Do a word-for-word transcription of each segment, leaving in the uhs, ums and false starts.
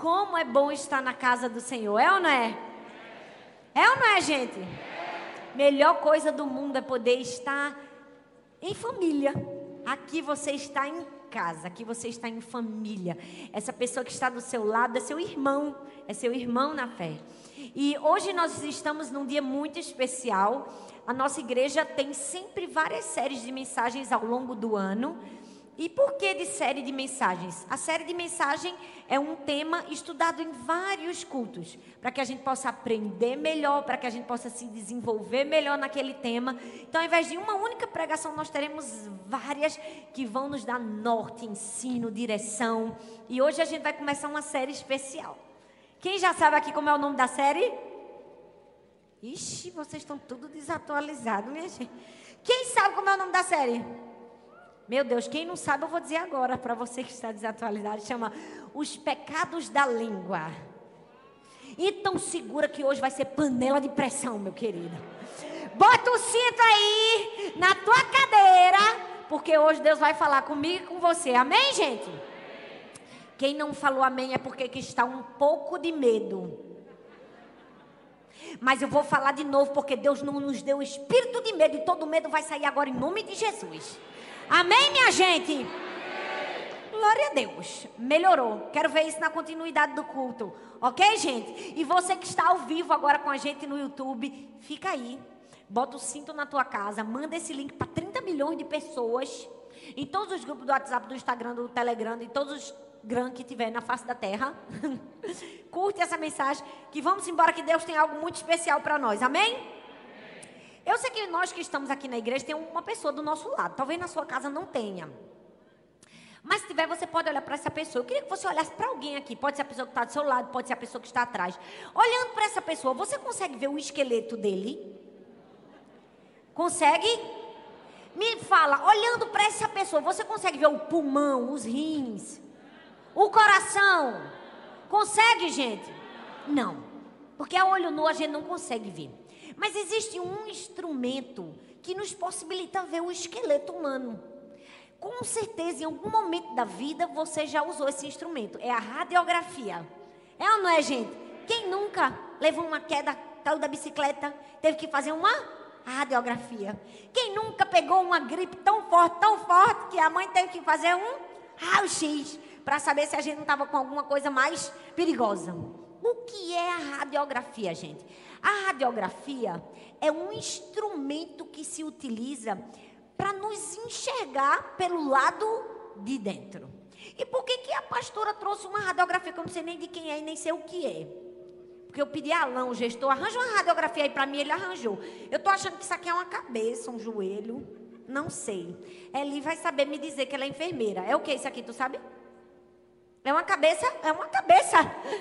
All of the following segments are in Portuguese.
Como é bom estar na casa do Senhor, é ou não é? É ou não é, gente? Melhor coisa do mundo é poder estar em família. Aqui você está em casa, aqui você está em família. Essa pessoa que está do seu lado é seu irmão, é seu irmão na fé. E hoje nós estamos num dia muito especial. A nossa igreja tem sempre várias séries de mensagens ao longo do ano. E por que de série de mensagens? A série de mensagem é um tema estudado em vários cultos, para que a gente possa aprender melhor, para que a gente possa se desenvolver melhor naquele tema. Então, ao invés de uma única pregação, nós teremos várias que vão nos dar norte, ensino, direção. E hoje a gente vai começar uma série especial. Quem já sabe aqui como é o nome da série? Ixi, vocês estão tudo desatualizados, minha gente. Quem sabe como é o nome da série? Meu Deus, quem não sabe eu vou dizer agora para você que está desatualizado. Chama Os Pecados da Língua. Então segura que hoje vai ser panela de pressão, meu querido. Bota o cinto aí na tua cadeira, porque hoje Deus vai falar comigo e com você. Amém, gente? Quem não falou amém é porque que está um pouco de medo. Mas eu vou falar de novo, porque Deus não nos deu espírito de medo, e todo medo vai sair agora em nome de Jesus. Amém, minha gente? Amém. Glória a Deus. Melhorou. Quero ver isso na continuidade do culto. Ok, gente? E você que está ao vivo agora com a gente no YouTube, fica aí. Bota o cinto na tua casa. Manda esse link para trinta milhões de pessoas. Em todos os grupos do WhatsApp, do Instagram, do Telegram, em todos os gran que tiver na face da terra. Curte essa mensagem. Que vamos embora, que Deus tem algo muito especial para nós. Amém? Eu sei que nós que estamos aqui na igreja tem uma pessoa do nosso lado. Talvez na sua casa não tenha. Mas se tiver, você pode olhar para essa pessoa. Eu queria que você olhasse para alguém aqui. Pode ser a pessoa que está do seu lado, pode ser a pessoa que está atrás. Olhando para essa pessoa, você consegue ver o esqueleto dele? Consegue? Me fala, olhando para essa pessoa, você consegue ver o pulmão, os rins, o coração? Consegue, gente? Não. Porque a olho nu a gente não consegue ver. Mas existe um instrumento que nos possibilita ver o esqueleto humano. Com certeza, em algum momento da vida, você já usou esse instrumento. É a radiografia. É ou não é, gente? Quem nunca levou uma queda, caiu da bicicleta, teve que fazer uma radiografia? Quem nunca pegou uma gripe tão forte, tão forte, que a mãe teve que fazer um raio-x para saber se a gente não estava com alguma coisa mais perigosa? O que é a radiografia, gente? A radiografia é um instrumento que se utiliza para nos enxergar pelo lado de dentro. E por que que a pastora trouxe uma radiografia que eu não sei nem de quem é e nem sei o que é? Porque eu pedi a Alain, o gestor, arranja uma radiografia aí para mim, ele arranjou. Eu estou achando que isso aqui é uma cabeça, um joelho, não sei. Eli vai saber me dizer que ela é enfermeira. É o que isso aqui, tu sabe? É uma cabeça? É uma cabeça.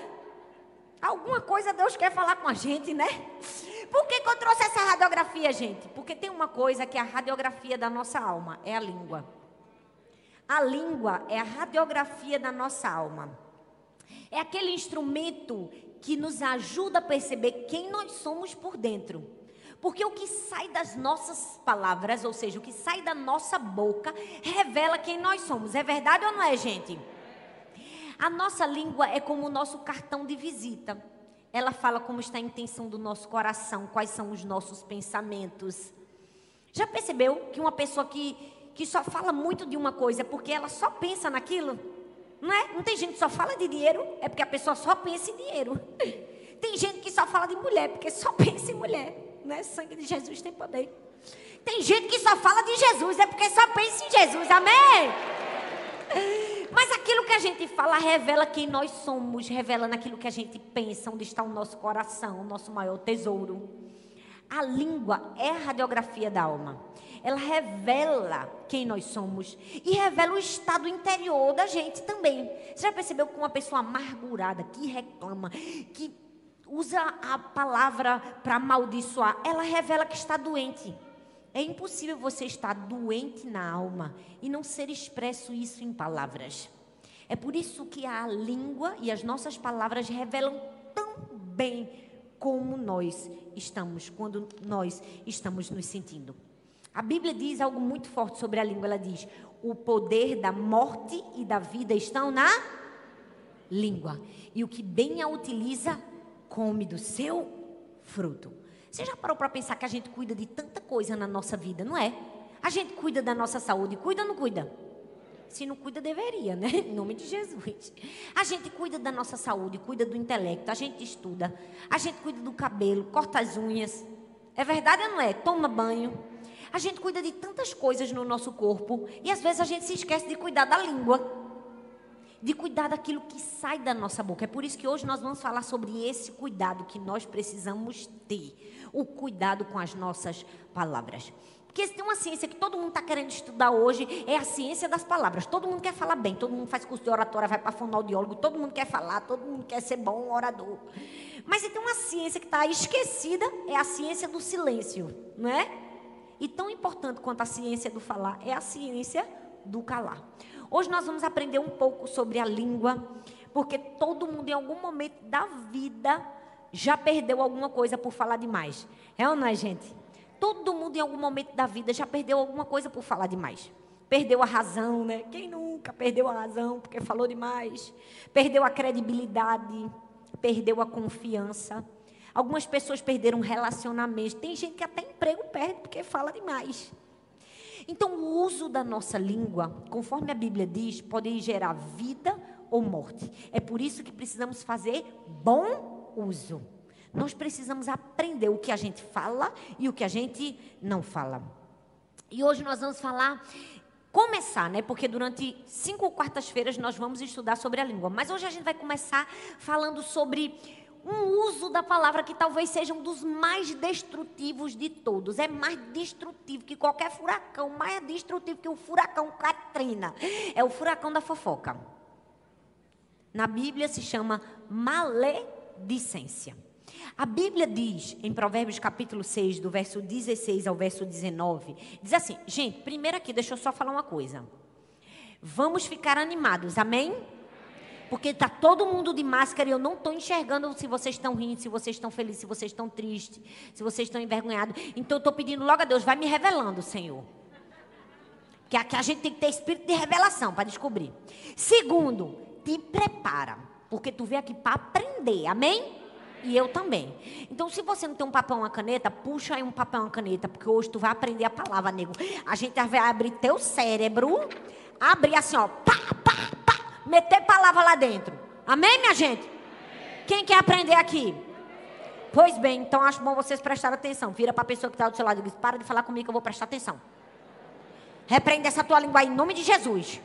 Alguma coisa Deus quer falar com a gente, né? Por que que eu trouxe essa radiografia, gente? Porque tem uma coisa que é a radiografia da nossa alma, é a língua. A língua é a radiografia da nossa alma. É aquele instrumento que nos ajuda a perceber quem nós somos por dentro. Porque o que sai das nossas palavras, ou seja, o que sai da nossa boca, revela quem nós somos. É verdade ou não é, gente? A nossa língua é como o nosso cartão de visita. Ela fala como está a intenção do nosso coração, quais são os nossos pensamentos. Já percebeu que uma pessoa que, que só fala muito de uma coisa é porque ela só pensa naquilo? Não é? Não tem gente que só fala de dinheiro, é porque a pessoa só pensa em dinheiro. Tem gente que só fala de mulher, porque só pensa em mulher. Não é? Sangue de Jesus tem poder. Tem gente que só fala de Jesus, é porque só pensa em Jesus. Amém? Mas aquilo que a gente fala revela quem nós somos, revela naquilo que a gente pensa, onde está o nosso coração, o nosso maior tesouro. A língua é a radiografia da alma. Ela revela quem nós somos e revela o estado interior da gente também. Você já percebeu que uma pessoa amargurada, que reclama, que usa a palavra para amaldiçoar, ela revela que está doente. É impossível você estar doente na alma e não ser expresso isso em palavras. É por isso que a língua e as nossas palavras revelam tão bem como nós estamos, quando nós estamos nos sentindo. A Bíblia diz algo muito forte sobre a língua. Ela diz: o poder da morte e da vida estão na língua. E o que bem a utiliza, come do seu fruto. Você já parou para pensar que a gente cuida de tanta coisa na nossa vida, não é? A gente cuida da nossa saúde, cuida ou não cuida? Se não cuida, deveria, né? Em nome de Jesus. A gente cuida da nossa saúde, cuida do intelecto, a gente estuda, a gente cuida do cabelo, corta as unhas. É verdade ou não é? Toma banho. A gente cuida de tantas coisas no nosso corpo e às vezes a gente se esquece de cuidar da língua. De cuidar daquilo que sai da nossa boca. É por isso que hoje nós vamos falar sobre esse cuidado que nós precisamos ter. O cuidado com as nossas palavras. Porque se tem uma ciência que todo mundo está querendo estudar hoje, é a ciência das palavras. Todo mundo quer falar bem, todo mundo faz curso de oratória, vai para fonoaudiólogo, todo mundo quer falar, todo mundo quer ser bom orador. Mas se tem uma ciência que está esquecida, é a ciência do silêncio, não é? E tão importante quanto a ciência do falar, é a ciência do calar. Hoje nós vamos aprender um pouco sobre a língua, porque todo mundo em algum momento da vida já perdeu alguma coisa por falar demais. É ou não é, gente? Todo mundo em algum momento da vida já perdeu alguma coisa por falar demais. Perdeu a razão, né? Quem nunca perdeu a razão porque falou demais? Perdeu a credibilidade, perdeu a confiança. Algumas pessoas perderam relacionamentos. Tem gente que até emprego perde porque fala demais. Então, o uso da nossa língua, conforme a Bíblia diz, pode gerar vida ou morte. É por isso que precisamos fazer bom uso. Nós precisamos aprender o que a gente fala e o que a gente não fala. E hoje nós vamos falar, começar, né? Porque durante cinco quartas-feiras nós vamos estudar sobre a língua. Mas hoje a gente vai começar falando sobre um uso da palavra que talvez seja um dos mais destrutivos de todos. É mais destrutivo que qualquer furacão, mais destrutivo que o furacão Katrina. É o furacão da fofoca. Na Bíblia se chama maledicência. A Bíblia diz, em Provérbios capítulo seis, do verso dezesseis ao verso dezenove, diz assim, gente, primeiro aqui, deixa eu só falar uma coisa. Vamos ficar animados, amém? Porque está todo mundo de máscara e eu não estou enxergando se vocês estão rindo, se vocês estão felizes, se vocês estão tristes, se vocês estão envergonhados. Então eu estou pedindo logo a Deus, vai me revelando, Senhor. Que aqui a gente tem que ter espírito de revelação para descobrir. Segundo, te prepara, porque tu veio aqui para aprender, amém? E eu também. Então, se você não tem um papel e uma caneta, puxa aí um papel e uma caneta, porque hoje tu vai aprender a palavra, nego. A gente vai abrir teu cérebro, abrir assim, ó, pá, pá, pá, meter palavra lá dentro. Amém, minha gente? Amém. Quem quer aprender aqui? Amém. Pois bem, então acho bom vocês prestarem atenção. Vira para a pessoa que está do seu lado e diz, para de falar comigo que eu vou prestar atenção. Repreende essa tua língua aí, em nome de Jesus.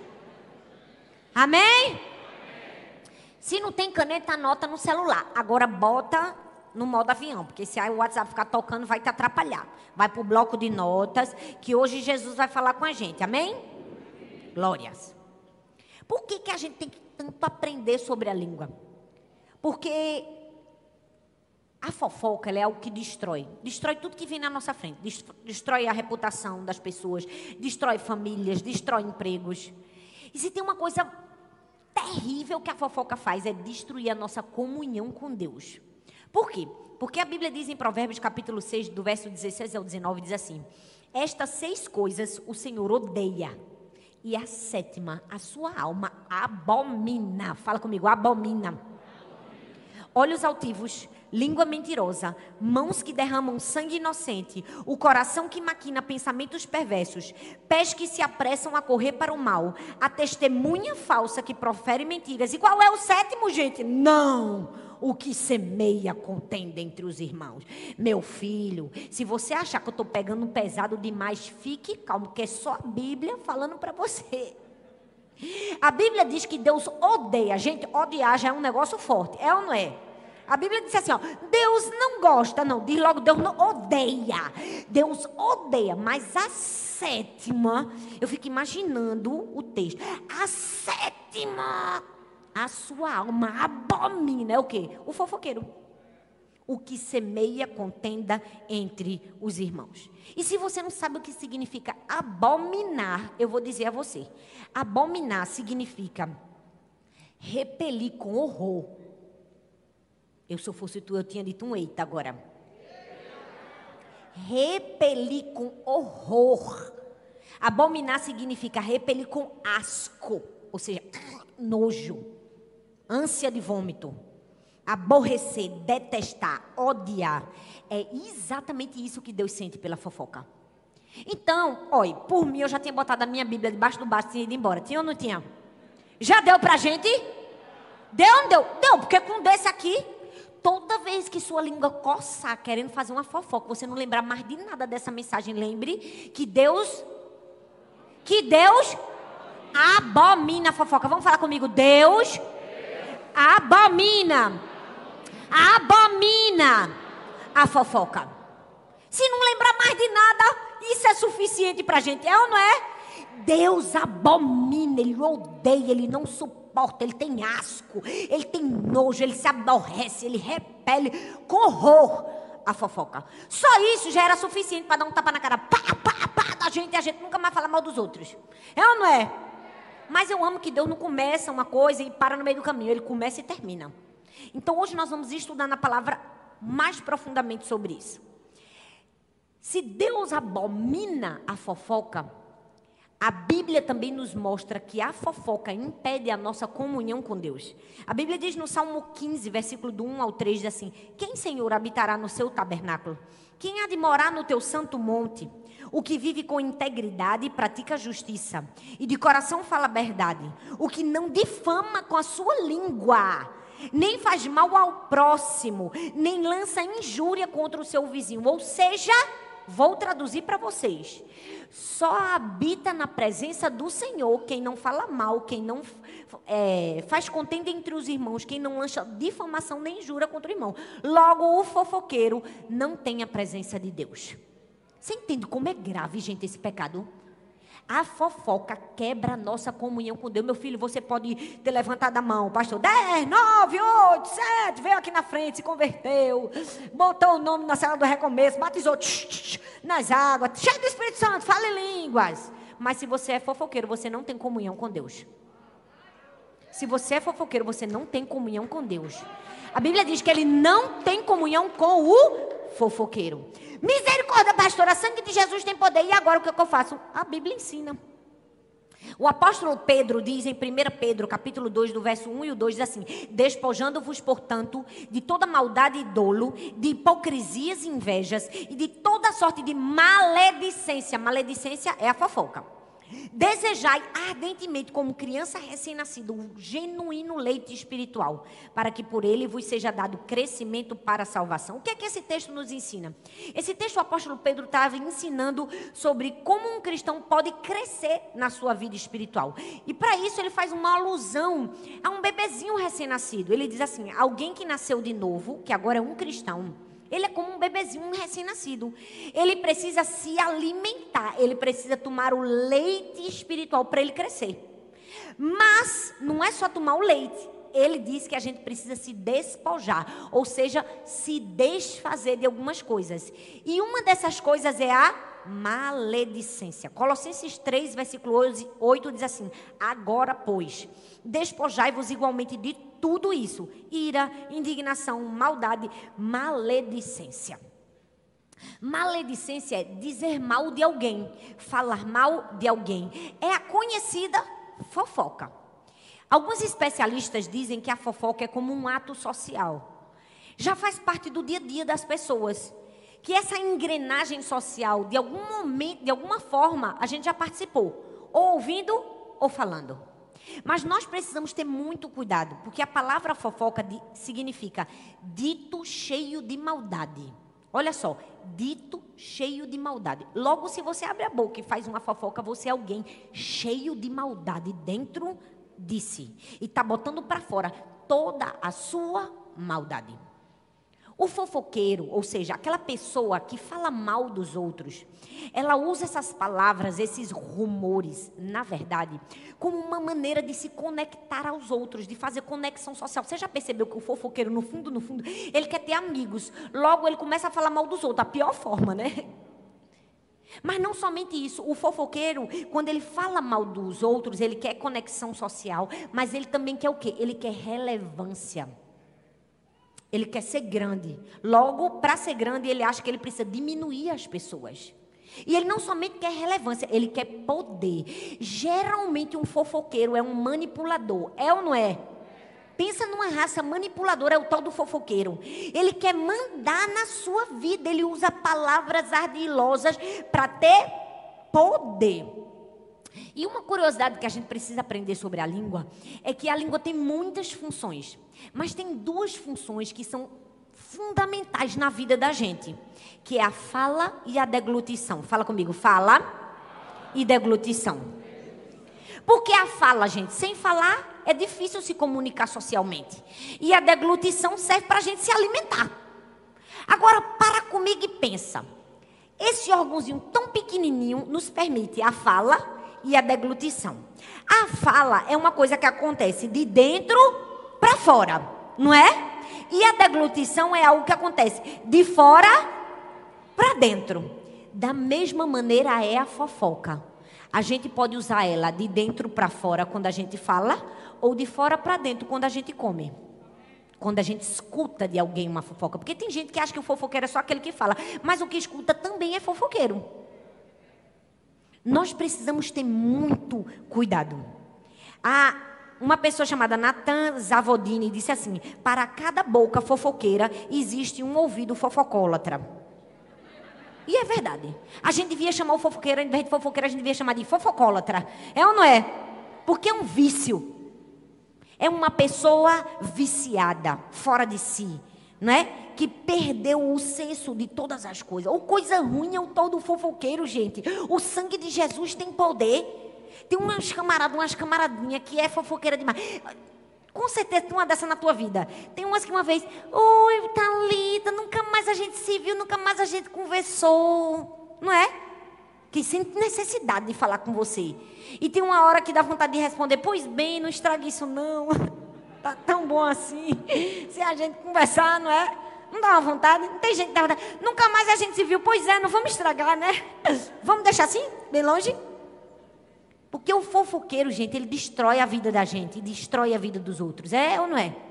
Amém? Se não tem caneta, anota no celular. Agora bota no modo avião, porque se aí o WhatsApp ficar tocando, vai te atrapalhar. Vai para o bloco de notas, que hoje Jesus vai falar com a gente. Amém? Glórias. Por que que a gente tem que tanto aprender sobre a língua? Porque a fofoca, ela é algo que destrói. Destrói tudo que vem na nossa frente. Destrói a reputação das pessoas, destrói famílias, destrói empregos. E se tem uma coisa terrível que a fofoca faz, é destruir a nossa comunhão com Deus. Por quê? Porque a Bíblia diz em Provérbios capítulo seis, do verso dezesseis ao dezenove, diz assim, estas seis coisas o Senhor odeia, e a sétima, a sua alma abomina. Fala comigo, abomina. Olhos altivos, língua mentirosa, mãos que derramam sangue inocente, o coração que maquina pensamentos perversos, pés que se apressam a correr para o mal, a testemunha falsa que profere mentiras. E qual é o sétimo, gente? Não! O que semeia contenda entre os irmãos. Meu filho, se você achar que eu estou pegando pesado demais, fique calmo, porque é só a Bíblia falando para você. A Bíblia diz que Deus odeia. Gente, odiar já é um negócio forte, é ou não é? A Bíblia diz assim, ó, Deus não gosta, não, diz logo, Deus não odeia. Deus odeia, mas a sétima, eu fico imaginando o texto. A sétima, a sua alma abomina, é o quê? O fofoqueiro. O que semeia contenda entre os irmãos. E se você não sabe o que significa abominar, eu vou dizer a você. Abominar significa repelir com horror. Eu, se eu fosse tu, eu tinha dito um eita agora. Repelir com horror. Abominar significa repelir com asco. Ou seja, nojo. ânsia de vômito, aborrecer, detestar, odiar. É exatamente isso que Deus sente pela fofoca. Então, olha, por mim eu já tinha botado a minha Bíblia debaixo do braço e tinha ido embora. Tinha ou não tinha? Já deu pra gente? Deu ou não deu? Deu, porque com desse aqui, toda vez que sua língua coçar, querendo fazer uma fofoca, você não lembrar mais de nada dessa mensagem, lembre que Deus, que Deus abomina a fofoca. Vamos falar comigo. Deus abomina, abomina a fofoca. Se não lembrar mais de nada, isso é suficiente pra gente, é ou não é? Deus abomina, Ele odeia, Ele não suporta, Ele tem asco, Ele tem nojo, Ele se aborrece, Ele repele com horror a fofoca. Só isso já era suficiente para dar um tapa na cara, pá, pá, pá, da gente, e a gente nunca mais fala mal dos outros. É ou não é? Mas eu amo que Deus não começa uma coisa e para no meio do caminho, Ele começa e termina. Então hoje nós vamos estudar na palavra mais profundamente sobre isso. Se Deus abomina a fofoca, a Bíblia também nos mostra que a fofoca impede a nossa comunhão com Deus. A Bíblia diz no Salmo quinze, versículo do um ao três, diz assim: quem, Senhor, habitará no seu tabernáculo? Quem há de morar no teu santo monte? O que vive com integridade e pratica justiça, e de coração fala a verdade. O que não difama com a sua língua, nem faz mal ao próximo, nem lança injúria contra o seu vizinho. Ou seja, vou traduzir para vocês: só habita na presença do Senhor quem não fala mal, quem não é, faz contenda entre os irmãos, quem não lança difamação nem injúria contra o irmão. Logo, o fofoqueiro não tem a presença de Deus. Você entende como é grave, gente, esse pecado? A fofoca quebra a nossa comunhão com Deus. Meu filho, você pode ter levantado a mão, pastor, dez, nove, oito, sete, veio aqui na frente, se converteu, botou o nome na cela do recomeço, batizou tch, tch, nas águas, cheio do Espírito Santo, fala em línguas. Mas se você é fofoqueiro, você não tem comunhão com Deus. Se você é fofoqueiro, você não tem comunhão com Deus. A Bíblia diz que Ele não tem comunhão com o fofoqueiro. Misericórdia, pastora, sangue de Jesus tem poder. E agora o que, é que eu faço? A Bíblia ensina. O apóstolo Pedro diz em primeiro Pedro, capítulo dois, do verso um e o dois, diz assim: despojando-vos, portanto, de toda maldade e dolo, de hipocrisias e invejas, e de toda sorte de maledicência. Maledicência é a fofoca. Desejai ardentemente, como criança recém-nascida, um genuíno leite espiritual, para que por ele vos seja dado crescimento para a salvação. O que é que esse texto nos ensina? Esse texto, o apóstolo Pedro estava ensinando sobre como um cristão pode crescer na sua vida espiritual. E para isso ele faz uma alusão a um bebezinho recém-nascido. Ele diz assim: alguém que nasceu de novo, que agora é um cristão, ele é como um bebezinho, um recém-nascido. Ele precisa se alimentar, ele precisa tomar o leite espiritual para ele crescer. Mas não é só tomar o leite. Ele diz que a gente precisa se despojar, ou seja, se desfazer de algumas coisas. E uma dessas coisas é a maledicência. Colossenses três, versículo oito diz assim: agora, pois, despojai-vos igualmente de tudo isso: ira, indignação, maldade, maledicência. Maledicência é dizer mal de alguém, falar mal de alguém. É a conhecida fofoca. Alguns especialistas dizem que a fofoca é como um ato social. Já faz parte do dia a dia das pessoas. Que essa engrenagem social, de algum momento, de alguma forma, a gente já participou. Ou ouvindo, ou falando. Mas nós precisamos ter muito cuidado, porque a palavra fofoca de, significa dito cheio de maldade. Olha só, dito cheio de maldade. Logo, se você abre a boca e faz uma fofoca, você é alguém cheio de maldade dentro de si. E está botando para fora toda a sua maldade. O fofoqueiro, ou seja, aquela pessoa que fala mal dos outros, ela usa essas palavras, esses rumores, na verdade, como uma maneira de se conectar aos outros, de fazer conexão social. Você já percebeu que o fofoqueiro, no fundo, no fundo, ele quer ter amigos. Logo, ele começa a falar mal dos outros, a pior forma, né? Mas não somente isso, o fofoqueiro, quando ele fala mal dos outros, ele quer conexão social, mas ele também quer o quê? Ele quer relevância. Ele quer ser grande. Logo, para ser grande, ele acha que ele precisa diminuir as pessoas. E ele não somente quer relevância, ele quer poder. Geralmente, um fofoqueiro é um manipulador. É ou não é? Pensa numa raça manipuladora, é o tal do fofoqueiro. Ele quer mandar na sua vida, ele usa palavras ardilosas para ter poder. E uma curiosidade que a gente precisa aprender sobre a língua é que a língua tem muitas funções, mas tem duas funções que são fundamentais na vida da gente, que é a fala e a deglutição. Fala comigo, fala e deglutição. Porque a fala, gente, sem falar é difícil se comunicar socialmente. E a deglutição serve para a gente se alimentar. Agora, para comigo e pensa. Esse órgãozinho tão pequenininho nos permite a fala e a deglutição. A fala é uma coisa que acontece de dentro para fora, não é? E a deglutição é algo que acontece de fora para dentro. Da mesma maneira é a fofoca. A gente pode usar ela de dentro para fora quando a gente fala, ou de fora para dentro quando a gente come. Quando a gente escuta de alguém uma fofoca. Porque tem gente que acha que o fofoqueiro é só aquele que fala, mas o que escuta também é fofoqueiro. Nós precisamos ter muito cuidado. Há uma pessoa chamada Nathan Zavodini disse assim: para cada boca fofoqueira existe um ouvido fofocólatra. E é verdade. A gente devia chamar o fofoqueiro, ao invés de fofoqueiro, a gente devia chamar de fofocólatra. É ou não é? Porque é um vício. É uma pessoa viciada, fora de si, não é? Que perdeu o senso de todas as coisas. Ou coisa ruim é o tal do fofoqueiro, gente. O sangue de Jesus tem poder. Tem umas camaradas, umas camaradinhas que é fofoqueira demais. Com certeza tem uma dessa na tua vida. Tem umas que uma vez, oi, Thalita, nunca mais a gente se viu, nunca mais a gente conversou. Não é? Que sente necessidade de falar com você. E tem uma hora que dá vontade de responder, pois bem, não estrague isso não. Tá tão bom assim. Se a gente conversar, não é? Não dá uma vontade? Não tem gente que dá vontade. Nunca mais a gente se viu, pois é, não vamos estragar, né? Vamos deixar assim, bem longe? Porque o fofoqueiro, gente, ele destrói a vida da gente e destrói a vida dos outros. É ou não é?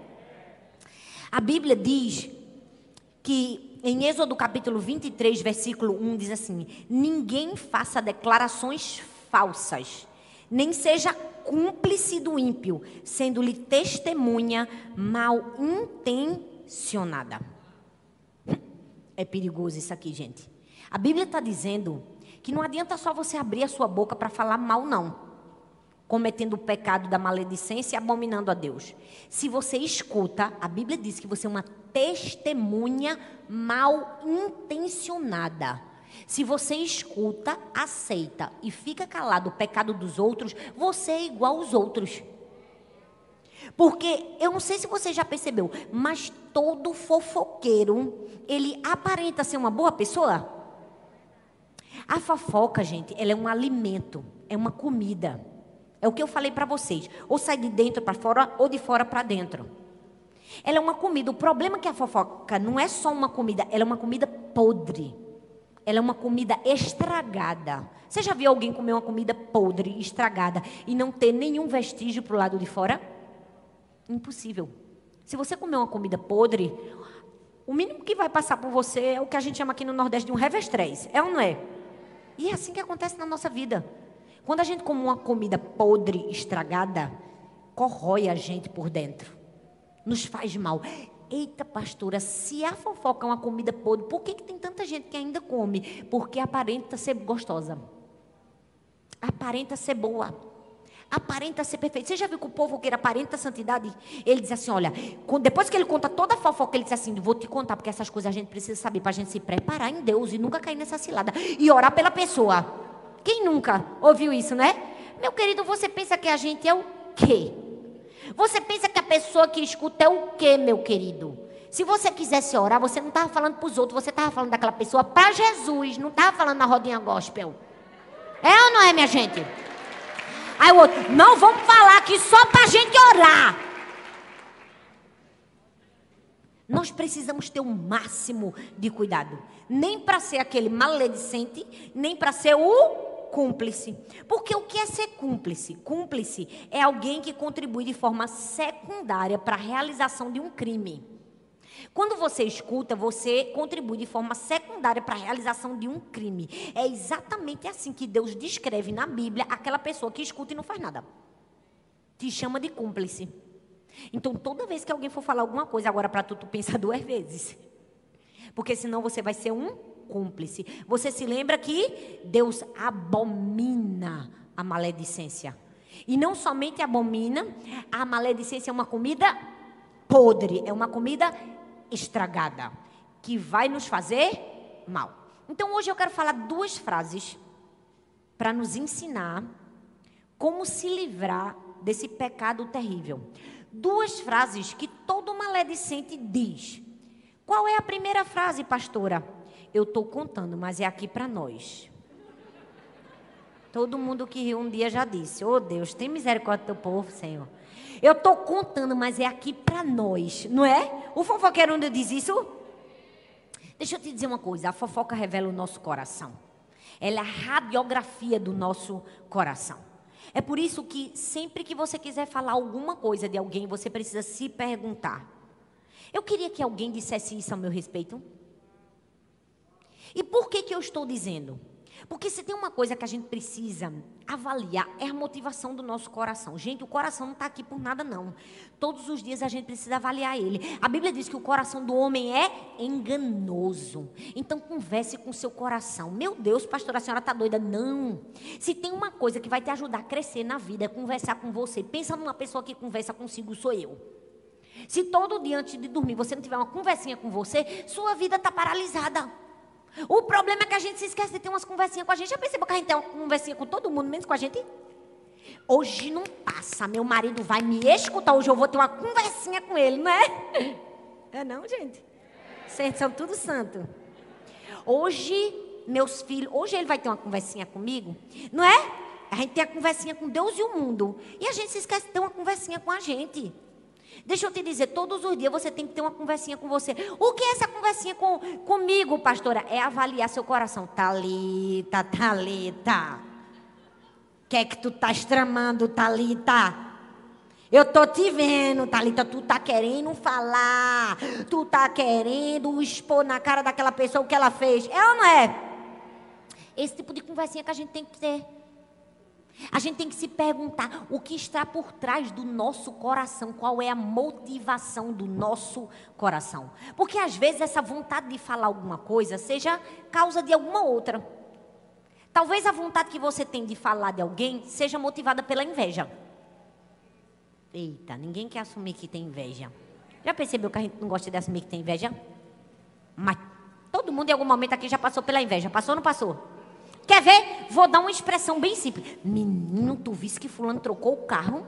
A Bíblia diz que em Êxodo capítulo vinte e três, versículo um, diz assim: ninguém faça declarações falsas, nem seja cúmplice do ímpio, sendo-lhe testemunha mal intencionada. É perigoso isso aqui, gente. A Bíblia está dizendo que não adianta só você abrir a sua boca para falar mal, não. Cometendo o pecado da maledicência e abominando a Deus. Se você escuta, a Bíblia diz que você é uma testemunha mal intencionada. Se você escuta, aceita e fica calado o pecado dos outros, você é igual aos outros. Porque, eu não sei se você já percebeu, mas todo fofoqueiro, ele aparenta ser uma boa pessoa. A fofoca, gente, ela é um alimento, é uma comida. É o que eu falei para vocês. Ou sai de dentro para fora, ou de fora para dentro. Ela é uma comida. O problema é que a fofoca não é só uma comida, ela é uma comida podre. Ela é uma comida estragada. Você já viu alguém comer uma comida podre, estragada, e não ter nenhum vestígio para o lado de fora? Impossível. Se você comer uma comida podre, o mínimo que vai passar por você é o que a gente chama aqui no Nordeste de um revestrez. É ou não é? E é assim que acontece na nossa vida. Quando a gente come uma comida podre, estragada, corrói a gente por dentro. Nos faz mal. Eita, pastora, se a fofoca é uma comida podre, por que, que tem tanta gente que ainda come? Porque aparenta ser gostosa. Aparenta ser boa. Aparenta ser perfeito. Você já viu que o povo que aparenta santidade? Ele diz assim, olha, depois que ele conta toda a fofoca, ele diz assim, vou te contar, porque essas coisas a gente precisa saber, para a gente se preparar em Deus e nunca cair nessa cilada. E orar pela pessoa. Quem nunca ouviu isso, né? Meu querido, você pensa que a gente é o quê? Você pensa que a pessoa que escuta é o quê, meu querido? Se você quisesse orar, você não estava falando para os outros, você estava falando daquela pessoa para Jesus, não estava falando na rodinha gospel. É ou não é, minha gente? Aí o outro, não, vamos falar aqui só para a gente orar. Nós precisamos ter o máximo de cuidado. Nem para ser aquele maledicente, nem para ser o cúmplice. Porque o que é ser cúmplice? Cúmplice é alguém que contribui de forma secundária para a realização de um crime. Quando você escuta, você contribui de forma secundária para a realização de um crime. É exatamente assim que Deus descreve na Bíblia aquela pessoa que escuta e não faz nada. Te chama de cúmplice. Então, toda vez que alguém for falar alguma coisa agora para tu, tu pensa duas vezes. Porque senão você vai ser um cúmplice. Você se lembra que Deus abomina a maledicência. E não somente abomina, a maledicência é uma comida podre, é uma comida estragada, que vai nos fazer mal. Então, hoje eu quero falar duas frases para nos ensinar como se livrar desse pecado terrível. Duas frases que todo maledicente diz. Qual é a primeira frase, pastora? Eu estou contando, mas é aqui para nós. Todo mundo que riu um dia já disse, ô oh, Deus, tem misericórdia do teu povo, Senhor. Eu estou contando, mas é aqui para nós, não é? O fofoqueiro onde diz isso? Deixa eu te dizer uma coisa, a fofoca revela o nosso coração. Ela é a radiografia do nosso coração. É por isso que sempre que você quiser falar alguma coisa de alguém, você precisa se perguntar. Eu queria que alguém dissesse isso a meu respeito. E por que que eu estou dizendo? Porque se tem uma coisa que a gente precisa avaliar, é a motivação do nosso coração. Gente, o coração não está aqui por nada, não. Todos os dias a gente precisa avaliar ele. A Bíblia diz que o coração do homem é enganoso. Então, converse com o seu coração. Meu Deus, pastora, a senhora está doida? Não. Se tem uma coisa que vai te ajudar a crescer na vida, é conversar com você. Pensa numa pessoa que conversa consigo, sou eu. Se todo dia antes de dormir você não tiver uma conversinha com você, sua vida está paralisada. O problema é que a gente se esquece de ter umas conversinhas com a gente. Já percebeu que a gente tem uma conversinha com todo mundo, menos com a gente? Hoje não passa, meu marido vai me escutar, hoje eu vou ter uma conversinha com ele, não é? É não, gente? Vocês são tudo santo. Hoje, meus filhos, hoje ele vai ter uma conversinha comigo, não é? A gente tem a conversinha com Deus e o mundo. E a gente se esquece de ter uma conversinha com a gente. Deixa eu te dizer, todos os dias você tem que ter uma conversinha com você. O que é essa conversinha com, comigo, pastora? É avaliar seu coração. Thalita, Thalita. O que é que tu estás tramando, Thalita? Eu tô te vendo, Thalita. Tu tá querendo falar. Tu tá querendo expor na cara daquela pessoa o que ela fez. É ou não é? Esse tipo de conversinha que a gente tem que ter. A gente tem que se perguntar o que está por trás do nosso coração, qual é a motivação do nosso coração. Porque às vezes essa vontade de falar alguma coisa seja causa de alguma outra. Talvez a vontade que você tem de falar de alguém seja motivada pela inveja. Eita, ninguém quer assumir que tem inveja. Já percebeu que a gente não gosta de assumir que tem inveja? Mas todo mundo em algum momento aqui já passou pela inveja. Passou ou não passou? Quer ver? Vou dar uma expressão bem simples. Menino, tu viste que fulano trocou o carro?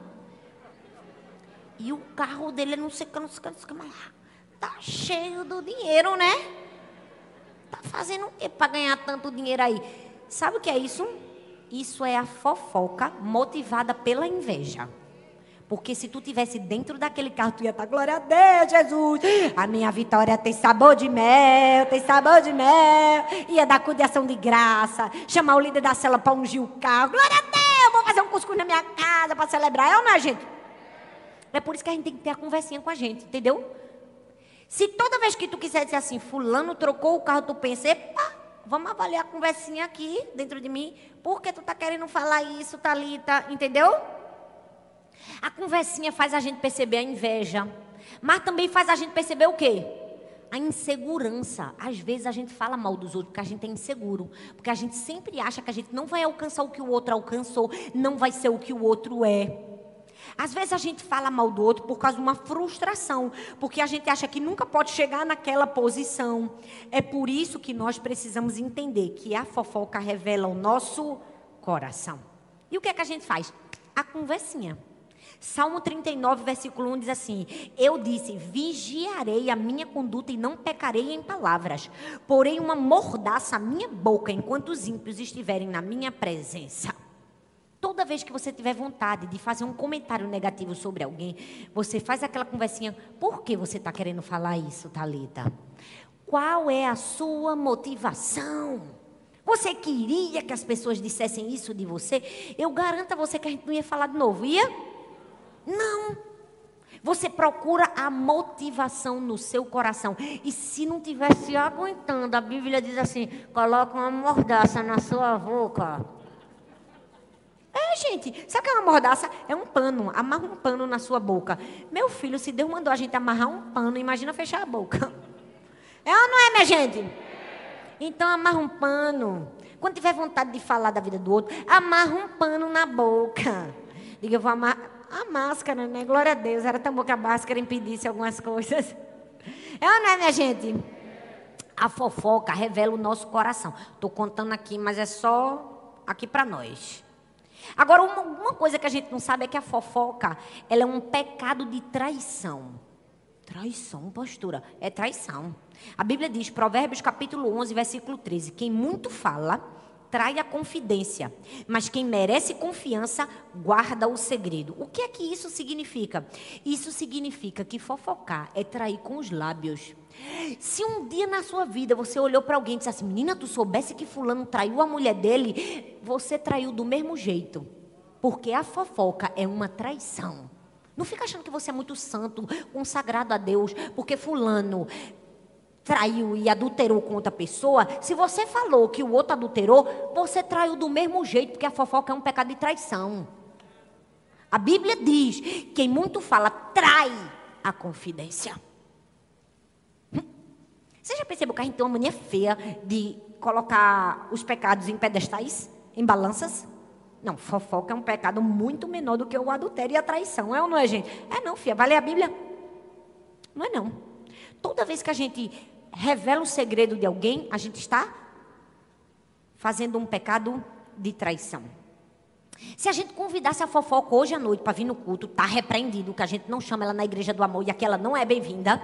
E o carro dele, não sei o que, não sei o que, não sei o que, mas lá, tá cheio do dinheiro, né? Tá fazendo o quê para ganhar tanto dinheiro aí? Sabe o que é isso? Isso é a fofoca motivada pela inveja. Porque se tu tivesse dentro daquele carro, tu ia estar, glória a Deus, Jesus. A minha vitória tem sabor de mel, tem sabor de mel. Ia dar cu de ação de graça. Chamar o líder da cela para ungir o carro. Glória a Deus, vou fazer um cuscuz na minha casa para celebrar. É ou não é, gente? É por isso que a gente tem que ter a conversinha com a gente, entendeu? Se toda vez que tu quiser dizer assim, fulano trocou o carro, tu pensa, epa, vamos avaliar a conversinha aqui dentro de mim. Por que tu tá querendo falar isso, Thalita? Entendeu? A conversinha faz a gente perceber a inveja, mas também faz a gente perceber o quê? A insegurança. Às vezes a gente fala mal dos outros porque a gente é inseguro, porque a gente sempre acha que a gente não vai alcançar o que o outro alcançou, não vai ser o que o outro é. Às vezes a gente fala mal do outro por causa de uma frustração, porque a gente acha que nunca pode chegar naquela posição. É por isso que nós precisamos entender que a fofoca revela o nosso coração. E o que é que a gente faz? A conversinha. Salmo trinta e nove, versículo um diz assim: eu disse, vigiarei a minha conduta e não pecarei em palavras. Porém uma mordaça a minha boca enquanto os ímpios estiverem na minha presença. Toda vez que você tiver vontade de fazer um comentário negativo sobre alguém, você faz aquela conversinha. Por que você está querendo falar isso, Thalita? Qual é a sua motivação? Você queria que as pessoas dissessem isso de você? Eu garanto a você que a gente não ia falar de novo, ia? Não. Você procura a motivação no seu coração. E se não estiver se aguentando, a Bíblia diz assim, coloca uma mordaça na sua boca. É, gente, sabe o que é uma mordaça? É um pano, amarra um pano na sua boca. Meu filho, se Deus mandou a gente amarrar um pano, imagina fechar a boca. É ou não é, minha gente? Então amarra um pano. Quando tiver vontade de falar da vida do outro, amarra um pano na boca. Diga, eu vou amarrar a máscara, né? Glória a Deus, era tão bom que a máscara impedisse algumas coisas. É ou não é, minha gente? A fofoca revela o nosso coração. Estou contando aqui, mas é só aqui para nós. Agora, uma, uma coisa que a gente não sabe é que a fofoca, ela é um pecado de traição. Traição, pastora, é traição. A Bíblia diz, Provérbios capítulo onze, versículo treze, quem muito fala, trai a confidência, mas quem merece confiança, guarda o segredo. O que é que isso significa? Isso significa que fofocar é trair com os lábios. Se um dia na sua vida você olhou para alguém e disse assim, menina, tu soubesse que fulano traiu a mulher dele, você traiu do mesmo jeito. Porque a fofoca é uma traição. Não fica achando que você é muito santo, consagrado a Deus, porque fulano traiu e adulterou com outra pessoa. Se você falou que o outro adulterou, você traiu do mesmo jeito, porque a fofoca é um pecado de traição. A Bíblia diz, quem muito fala, trai a confidência. Você já percebeu que a gente tem uma mania feia de colocar os pecados em pedestais, em balanças? Não, fofoca é um pecado muito menor do que o adultério e a traição. É ou não é, gente? É não, filha. Vai ler a Bíblia? Não é não. Toda vez que a gente revela o segredo de alguém, a gente está fazendo um pecado de traição. Se a gente convidasse a fofoca hoje à noite para vir no culto, está repreendido, que a gente não chama ela na igreja do amor e aqui ela não é bem-vinda.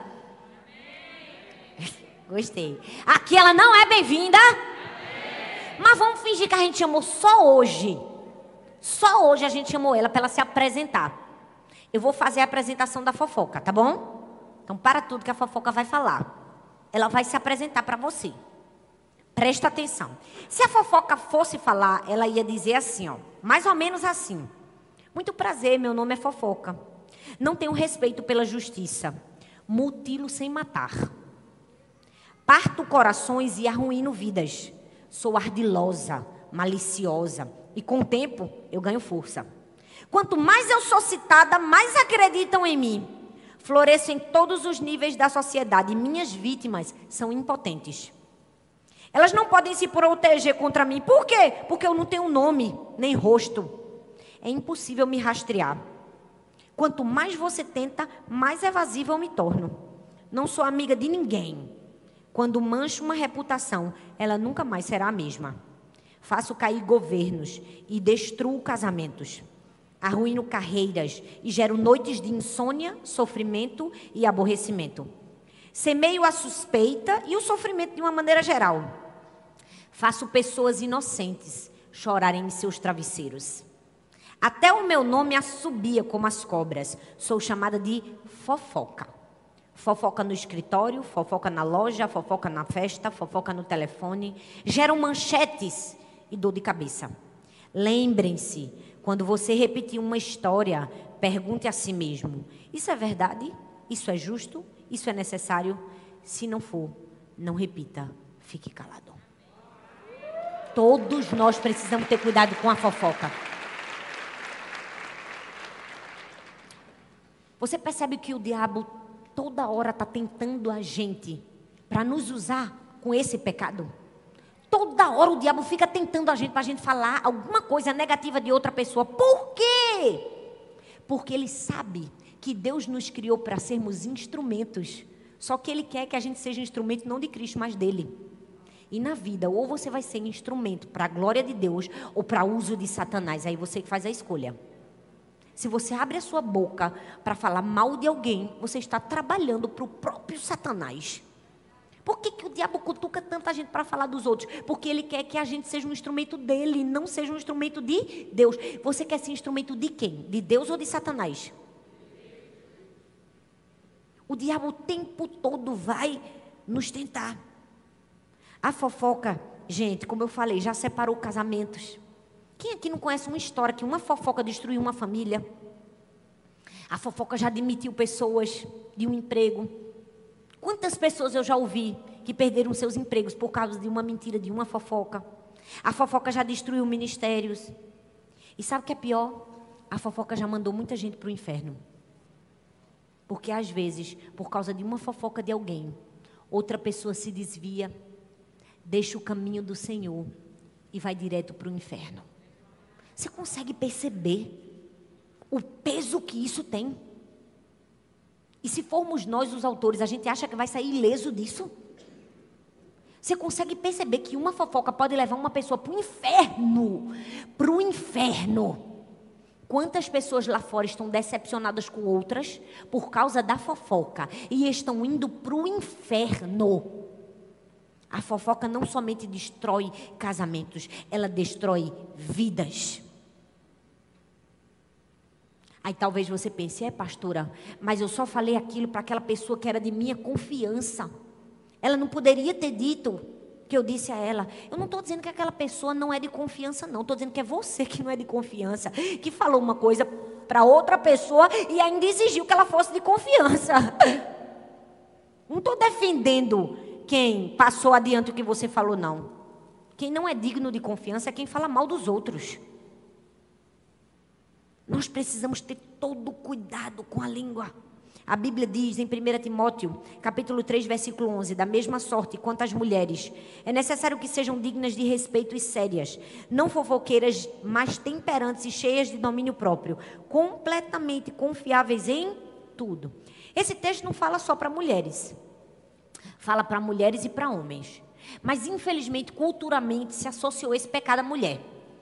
Gostei. Aqui ela não é bem-vinda. Mas vamos fingir que a gente chamou só hoje. Só hoje a gente chamou ela para ela se apresentar. Eu vou fazer a apresentação da fofoca, tá bom? Então para tudo que a fofoca vai falar. Ela vai se apresentar para você. Presta atenção. Se a fofoca fosse falar, ela ia dizer assim, ó, mais ou menos assim. Muito prazer, meu nome é fofoca. Não tenho respeito pela justiça. Mutilo sem matar. Parto corações e arruíno vidas. Sou ardilosa, maliciosa. E com o tempo, eu ganho força. Quanto mais eu sou citada, mais acreditam em mim. Floresço em todos os níveis da sociedade. E minhas vítimas são impotentes. Elas não podem se proteger contra mim. Por quê? Porque eu não tenho nome, nem rosto. É impossível me rastrear. Quanto mais você tenta, mais evasiva eu me torno. Não sou amiga de ninguém. Quando mancho uma reputação, ela nunca mais será a mesma. Faço cair governos e destruo casamentos. Arruíno carreiras e gero noites de insônia, sofrimento e aborrecimento. Semeio a suspeita e o sofrimento de uma maneira geral. Faço pessoas inocentes chorarem em seus travesseiros. Até o meu nome assobia como as cobras. Sou chamada de fofoca. Fofoca no escritório, fofoca na loja, fofoca na festa, fofoca no telefone. Geram manchetes e dor de cabeça. Lembrem-se, quando você repetir uma história, pergunte a si mesmo, isso é verdade? Isso é justo? Isso é necessário? Se não for, não repita, fique calado. Todos nós precisamos ter cuidado com a fofoca. Você percebe que o diabo toda hora está tentando a gente para nos usar com esse pecado? Toda hora o diabo fica tentando a gente para a gente falar alguma coisa negativa de outra pessoa. Por quê? Porque ele sabe que Deus nos criou para sermos instrumentos. Só que ele quer que a gente seja instrumento não de Cristo, mas dele. E na vida, ou você vai ser instrumento para a glória de Deus ou para o uso de Satanás. Aí você que faz a escolha. Se você abre a sua boca para falar mal de alguém, você está trabalhando para o próprio Satanás. Por que, que o diabo cutuca tanta gente para falar dos outros? Porque ele quer que a gente seja um instrumento dele, não seja um instrumento de Deus. Você quer ser instrumento de quem? De Deus ou de Satanás? O diabo o tempo todo vai nos tentar. A fofoca, gente, como eu falei, já separou casamentos. Quem aqui não conhece uma história que uma fofoca destruiu uma família? A fofoca já demitiu pessoas de um emprego. Quantas pessoas eu já ouvi que perderam seus empregos por causa de uma mentira, de uma fofoca? A fofoca já destruiu ministérios. E sabe o que é pior? A fofoca já mandou muita gente para o inferno. Porque às vezes, por causa de uma fofoca de alguém, outra pessoa se desvia, deixa o caminho do Senhor e vai direto para o inferno. Você consegue perceber o peso que isso tem? E se formos nós os autores, a gente acha que vai sair ileso disso? Você consegue perceber que uma fofoca pode levar uma pessoa para o inferno? Para o inferno. Quantas pessoas lá fora estão decepcionadas com outras por causa da fofoca e estão indo para o inferno? A fofoca não somente destrói casamentos, ela destrói vidas. Aí talvez você pense, é pastora, mas eu só falei aquilo para aquela pessoa que era de minha confiança. Ela não poderia ter dito que eu disse a ela. Eu não estou dizendo que aquela pessoa não é de confiança, não. Estou dizendo que é você que não é de confiança, que falou uma coisa para outra pessoa e ainda exigiu que ela fosse de confiança. Não estou defendendo quem passou adiante o que você falou, não. Quem não é digno de confiança é quem fala mal dos outros. Nós precisamos ter todo cuidado com a língua. A Bíblia diz em primeiro Timóteo, capítulo três, versículo onze, da mesma sorte quanto as mulheres, é necessário que sejam dignas de respeito e sérias, não fofoqueiras, mas temperantes e cheias de domínio próprio, completamente confiáveis em tudo. Esse texto não fala só para mulheres, fala para mulheres e para homens. Mas infelizmente, culturalmente, se associou esse pecado à mulher.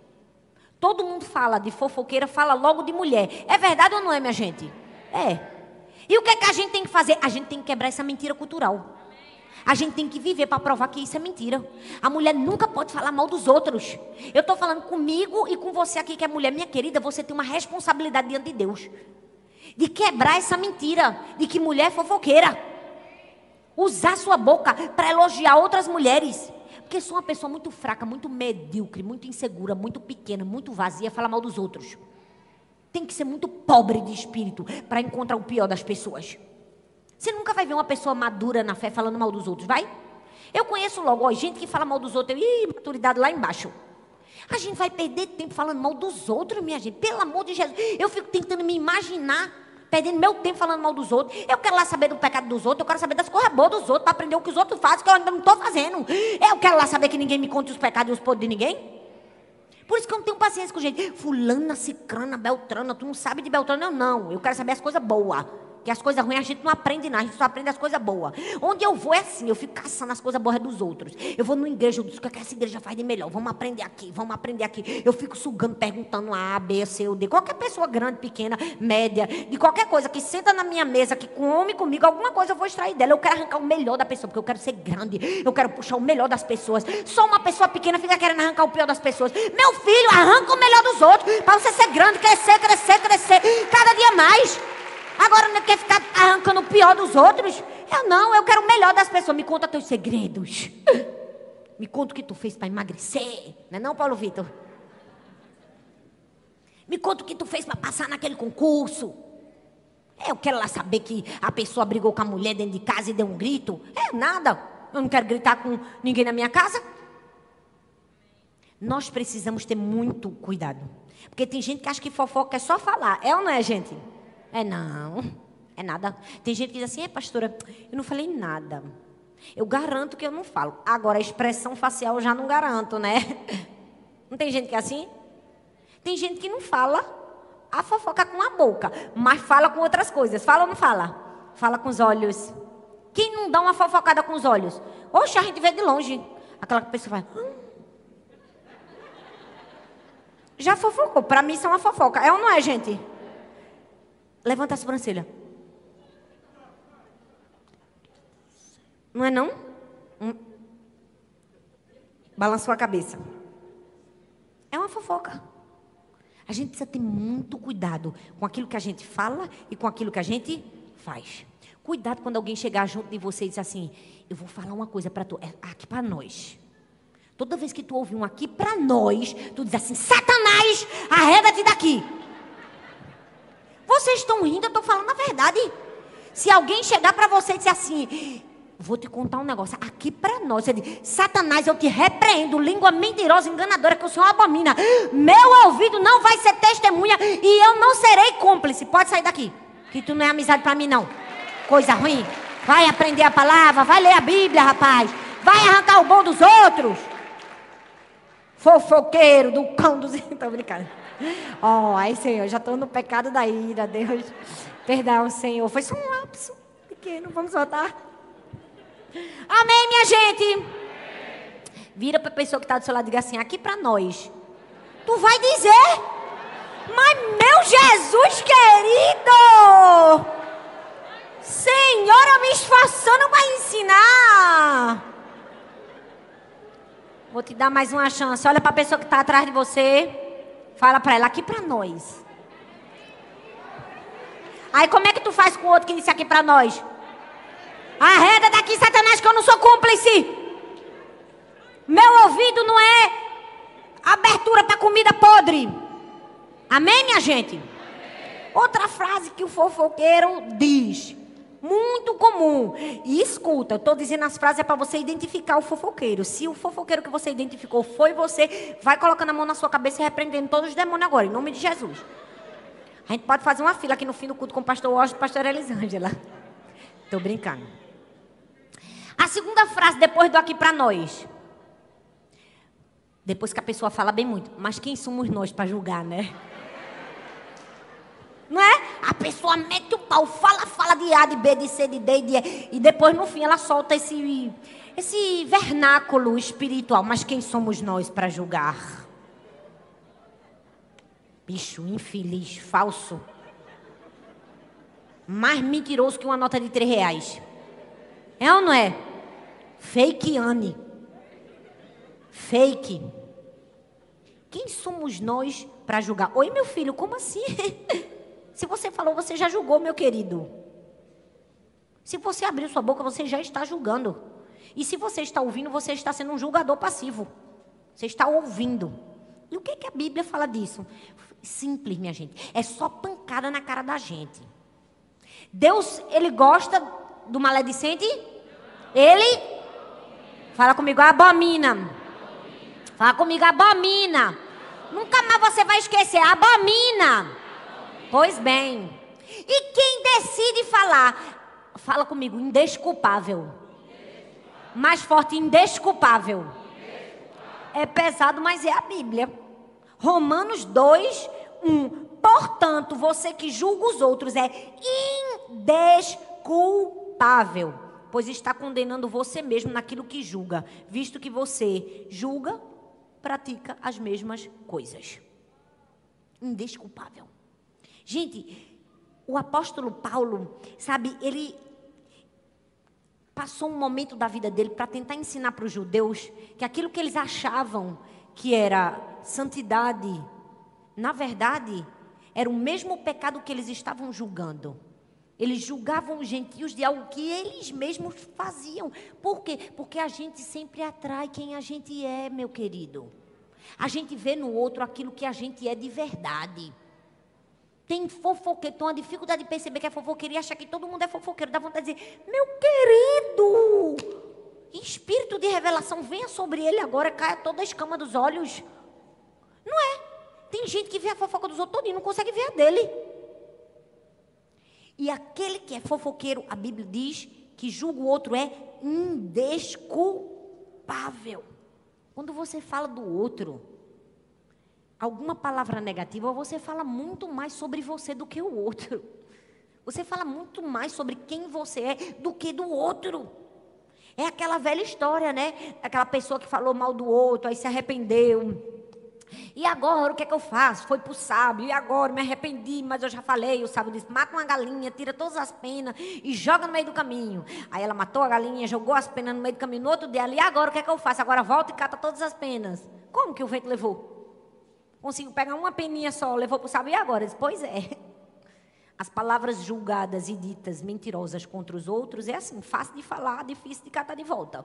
Todo mundo fala de fofoqueira, fala logo de mulher. É verdade ou não é, minha gente? É. E o que é que a gente tem que fazer? A gente tem que quebrar essa mentira cultural. A gente tem que viver para provar que isso é mentira. A mulher nunca pode falar mal dos outros. Eu estou falando comigo e com você aqui que é mulher. Minha querida, você tem uma responsabilidade diante de Deus. De quebrar essa mentira de que mulher é fofoqueira. Usar sua boca para elogiar outras mulheres. Porque sou uma pessoa muito fraca, muito medíocre, muito insegura, muito pequena, muito vazia, fala mal dos outros. Tem que ser muito pobre de espírito para encontrar o pior das pessoas. Você nunca vai ver uma pessoa madura na fé falando mal dos outros, vai? Eu conheço logo, ó, gente que fala mal dos outros, ih, maturidade lá embaixo. A gente vai perder tempo falando mal dos outros, minha gente, pelo amor de Jesus. Eu fico tentando me imaginar, perdendo meu tempo falando mal dos outros. Eu quero lá saber do pecado dos outros, eu quero saber das coisas boas dos outros, para aprender o que os outros fazem, que eu ainda não estou fazendo. Eu quero lá saber que ninguém me conte os pecados e os podres de ninguém. Por isso que eu não tenho paciência com gente. Fulana, cicrana, beltrana, tu não sabe de beltrana, eu não. Eu quero saber as coisas boas. Que as coisas ruins a gente não aprende nada, a gente só aprende as coisas boas. Onde eu vou é assim, eu fico caçando as coisas boas dos outros. Eu vou numa igreja, eu digo, o que essa igreja faz de melhor? Vamos aprender aqui, vamos aprender aqui. Eu fico sugando, perguntando A, B, C ou D. Qualquer pessoa grande, pequena, média, de qualquer coisa que senta na minha mesa, que come comigo, alguma coisa eu vou extrair dela. Eu quero arrancar o melhor da pessoa, porque eu quero ser grande. Eu quero puxar o melhor das pessoas. Só uma pessoa pequena fica querendo arrancar o pior das pessoas. Meu filho, arranca o melhor dos outros, para você ser grande, crescer, crescer, crescer, cada dia mais. Agora não quer ficar arrancando o pior dos outros? Eu não, eu quero o melhor das pessoas. Me conta teus segredos. Me conta o que tu fez para emagrecer. Não é não, Paulo Vitor? Me conta o que tu fez para passar naquele concurso. Eu quero lá saber que a pessoa brigou com a mulher dentro de casa e deu um grito. É nada. Eu não quero gritar com ninguém na minha casa. Nós precisamos ter muito cuidado. Porque tem gente que acha que fofoca é só falar. É ou não é, gente? É não, é nada. Tem gente que diz assim, é pastora, eu não falei nada. Eu garanto que eu não falo. Agora, a expressão facial eu já não garanto, né? Não tem gente que é assim? Tem gente que não fala a fofoca com a boca, mas fala com outras coisas. Fala ou não fala? Fala com os olhos. Quem não dá uma fofocada com os olhos? Oxe, a gente vê de longe. Aquela pessoa vai... Hum. Já fofocou. Para mim isso é uma fofoca. É ou não é, gente? Levanta a sobrancelha. Não é não? Hum. Balançou a cabeça. É uma fofoca. A gente precisa ter muito cuidado com aquilo que a gente fala e com aquilo que a gente faz. Cuidado quando alguém chegar junto de você e dizer assim, eu vou falar uma coisa para tu, é aqui para nós. Toda vez que tu ouvir um aqui para nós, tu diz assim, Satanás, arreda-te daqui. Vocês estão rindo, eu estou falando a verdade. Se alguém chegar para você e dizer assim, Vou te contar um negócio aqui para nós. Ele diz, Satanás, eu te repreendo, língua mentirosa, enganadora, que o Senhor abomina. Meu ouvido não vai ser testemunha e eu não serei cúmplice. Pode sair daqui, que tu não é amizade para mim, não. Coisa ruim. Vai aprender a palavra, vai ler a Bíblia, rapaz. Vai arrancar o bom dos outros. Fofoqueiro do cão dos... Tô brincando. Ó, oh, aí, Senhor, já estou no pecado da ira, Deus. Perdão, Senhor. Foi só um lapso pequeno, vamos voltar. Amém, minha gente? Vira para a pessoa que está do seu lado e diga assim, aqui para nós. Tu vai dizer? Mas, meu Jesus querido! Senhor, eu me esforçando para ensinar. Vou te dar mais uma chance. Olha para a pessoa que está atrás de você. Fala para ela, aqui para nós. Aí como é que tu faz com o outro que disse aqui para nós? Arreda daqui, Satanás, que eu não sou cúmplice. Meu ouvido não é abertura para comida podre. Amém, minha gente? Amém. Outra frase que o fofoqueiro diz. Muito comum. E escuta, eu estou dizendo as frases é para você identificar o fofoqueiro. Se o fofoqueiro que você identificou foi você, vai colocando a mão na sua cabeça e repreendendo todos os demônios agora, em nome de Jesus. A gente pode fazer uma fila aqui no fim do culto com o pastor Washington e a pastora Elisângela. Estou brincando. A segunda frase, depois do aqui para nós. Depois que a pessoa fala bem muito. Mas quem somos nós para julgar, né? Não é? A pessoa mete o pau, fala, fala de A, de B, de C, de D, de E. E depois, no fim, ela solta esse, esse vernáculo espiritual. Mas quem somos nós para julgar? Bicho infeliz, falso. Mais mentiroso que uma nota de três reais. É ou não é? Fake Anne. Fake. Quem somos nós para julgar? Oi, meu filho, como assim? Se você falou, você já julgou, meu querido. Se você abriu sua boca, você já está julgando. E se você está ouvindo, você está sendo um julgador passivo. Você está ouvindo. E o que, que a Bíblia fala disso? Simples, minha gente. É só pancada na cara da gente. Deus, Ele gosta do maledicente? Ele? Fala comigo, abomina. Fala comigo, abomina. Nunca mais você vai esquecer, abomina. Pois bem. E quem decide falar? Fala comigo, indesculpável. Mais forte, indesculpável. É pesado, mas é a Bíblia. Romanos dois, um. Portanto, você que julga os outros é indesculpável, pois está condenando você mesmo naquilo que julga, visto que você julga, pratica as mesmas coisas. Indesculpável. Gente, o apóstolo Paulo, sabe, ele passou um momento da vida dele para tentar ensinar para os judeus que aquilo que eles achavam que era santidade, na verdade, era o mesmo pecado que eles estavam julgando. Eles julgavam os gentios de algo que eles mesmos faziam. Por quê? Porque a gente sempre atrai quem a gente é, meu querido. A gente vê no outro aquilo que a gente é de verdade. Tem fofoqueiro, tem uma dificuldade de perceber que é fofoqueiro e achar que todo mundo é fofoqueiro. Dá vontade de dizer, meu querido, espírito de revelação, venha sobre ele agora, caia toda a escama dos olhos. Não é? Tem gente que vê a fofoca dos outros e não consegue ver a dele. E aquele que é fofoqueiro, a Bíblia diz que julga o outro é indesculpável. Quando você fala do outro, alguma palavra negativa, você fala muito mais sobre você do que o outro. Você fala muito mais sobre quem você é do que do outro. É aquela velha história, né? Aquela pessoa que falou mal do outro, aí se arrependeu. E agora, o que é que eu faço? Foi para o sábio, e agora me arrependi, mas eu já falei. O sábio disse, mata uma galinha, tira todas as penas e joga no meio do caminho. Aí ela matou a galinha, jogou as penas no meio do caminho. No outro dia, e agora o que é que eu faço? Agora volta e cata todas as penas. Como que o vento levou? Conseguiu pegar uma peninha só, levou para o sábio, e agora? Ele disse, pois é. As palavras julgadas e ditas mentirosas contra os outros é assim, fácil de falar, difícil de catar de volta.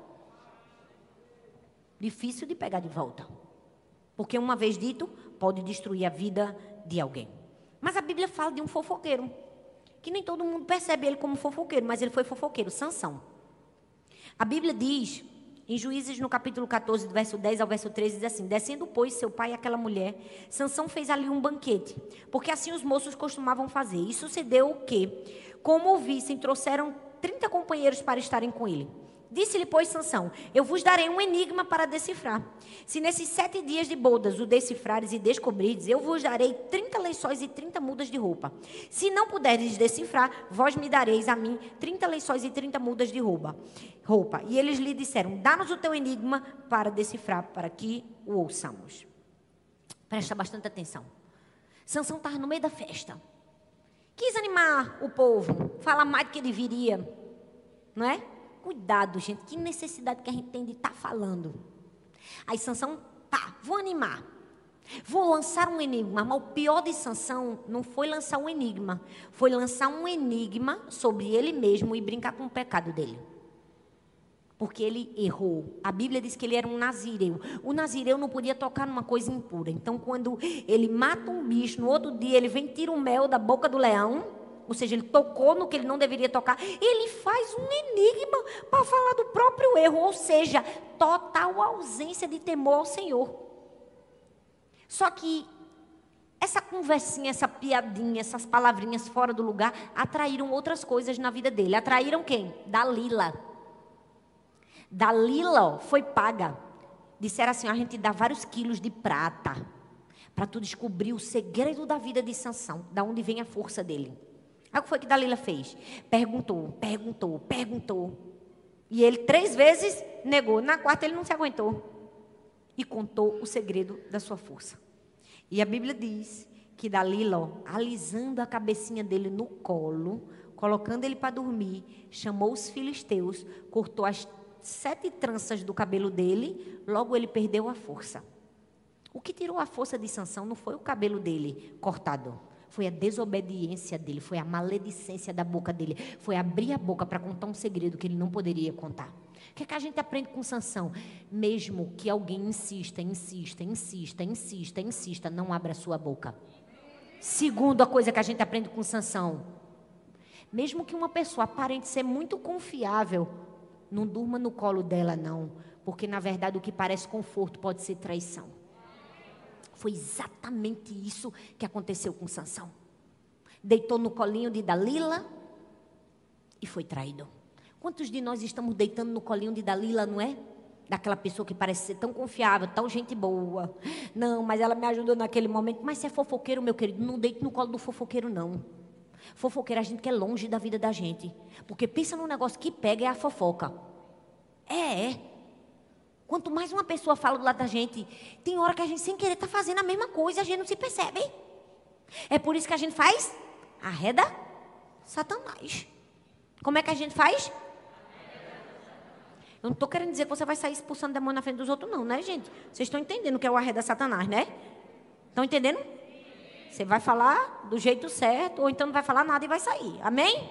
Difícil de pegar de volta. Porque uma vez dito, pode destruir a vida de alguém. Mas a Bíblia fala de um fofoqueiro, que nem todo mundo percebe ele como fofoqueiro, mas ele foi fofoqueiro, Sansão. A Bíblia diz, em Juízes, no capítulo catorze, do verso dez ao verso treze, diz assim: descendo, pois, seu pai e aquela mulher, Sansão fez ali um banquete, porque assim os moços costumavam fazer. E sucedeu que, como o vissem, trouxeram trinta companheiros para estarem com ele. Disse-lhe, pois, Sansão: eu vos darei um enigma para decifrar. Se nesses sete dias de bodas o decifrares e descobrides, eu vos darei trinta lençóis e trinta mudas de roupa. Se não puderes decifrar, vós me dareis a mim trinta lençóis e trinta mudas de roupa. roupa. E eles lhe disseram: dá-nos o teu enigma para decifrar, para que o ouçamos. Presta bastante atenção. Sansão estava no meio da festa. Quis animar o povo, falar mais do que deveria, não é? Cuidado, gente, que necessidade que a gente tem de estar falando. Aí Sansão, pá, vou animar. Vou lançar um enigma. Mas o pior de Sansão não foi lançar um enigma. Foi lançar um enigma sobre ele mesmo e brincar com o pecado dele. Porque ele errou. A Bíblia diz que ele era um nazireu. O nazireu não podia tocar numa coisa impura. Então, quando ele mata um bicho, no outro dia ele vem e tira o mel da boca do leão. Ou seja, ele tocou no que ele não deveria tocar. Ele faz um enigma para falar do próprio erro. Ou seja, total ausência de temor ao Senhor. Só que essa conversinha, essa piadinha, essas palavrinhas fora do lugar, atraíram outras coisas na vida dele. Atraíram quem? Dalila. Dalila foi paga. Disseram assim: a gente dá vários quilos de prata para tu descobrir o segredo da vida de Sansão. Da onde vem a força dele. Aí o que foi que Dalila fez? Perguntou, perguntou, perguntou. E ele três vezes negou. Na quarta ele não se aguentou. E contou o segredo da sua força. E a Bíblia diz que Dalila, ó, alisando a cabecinha dele no colo, colocando ele para dormir, chamou os filisteus, cortou as sete tranças do cabelo dele, logo ele perdeu a força. O que tirou a força de Sansão não foi o cabelo dele cortado. Foi a desobediência dele, foi a maledicência da boca dele. Foi abrir a boca para contar um segredo que ele não poderia contar. O que é que a gente aprende com Sansão? Mesmo que alguém insista, insista, insista, insista, insista, não abra a sua boca. Segunda coisa que a gente aprende com Sansão. Mesmo que uma pessoa aparente ser muito confiável, não durma no colo dela, não. Porque, na verdade, o que parece conforto pode ser traição. Foi exatamente isso que aconteceu com Sansão. Deitou no colinho de Dalila e foi traído. Quantos de nós estamos deitando no colinho de Dalila, não é? Daquela pessoa que parece ser tão confiável, tão gente boa. Não, mas ela me ajudou naquele momento. Mas se é fofoqueiro, meu querido, não deite no colo do fofoqueiro, não. Fofoqueiro, a gente quer longe da vida da gente. Porque pensa num negócio que pega, é a fofoca. É, é. Quanto mais uma pessoa fala do lado da gente, tem hora que a gente sem querer está fazendo a mesma coisa, a gente não se percebe. É por isso que a gente faz arreda Satanás. Como é que a gente faz? Eu não estou querendo dizer que você vai sair expulsando demônio na frente dos outros, não, né, gente? Vocês estão entendendo o que é o arreda Satanás, né? Estão entendendo? Você vai falar do jeito certo, ou então não vai falar nada e vai sair. Amém?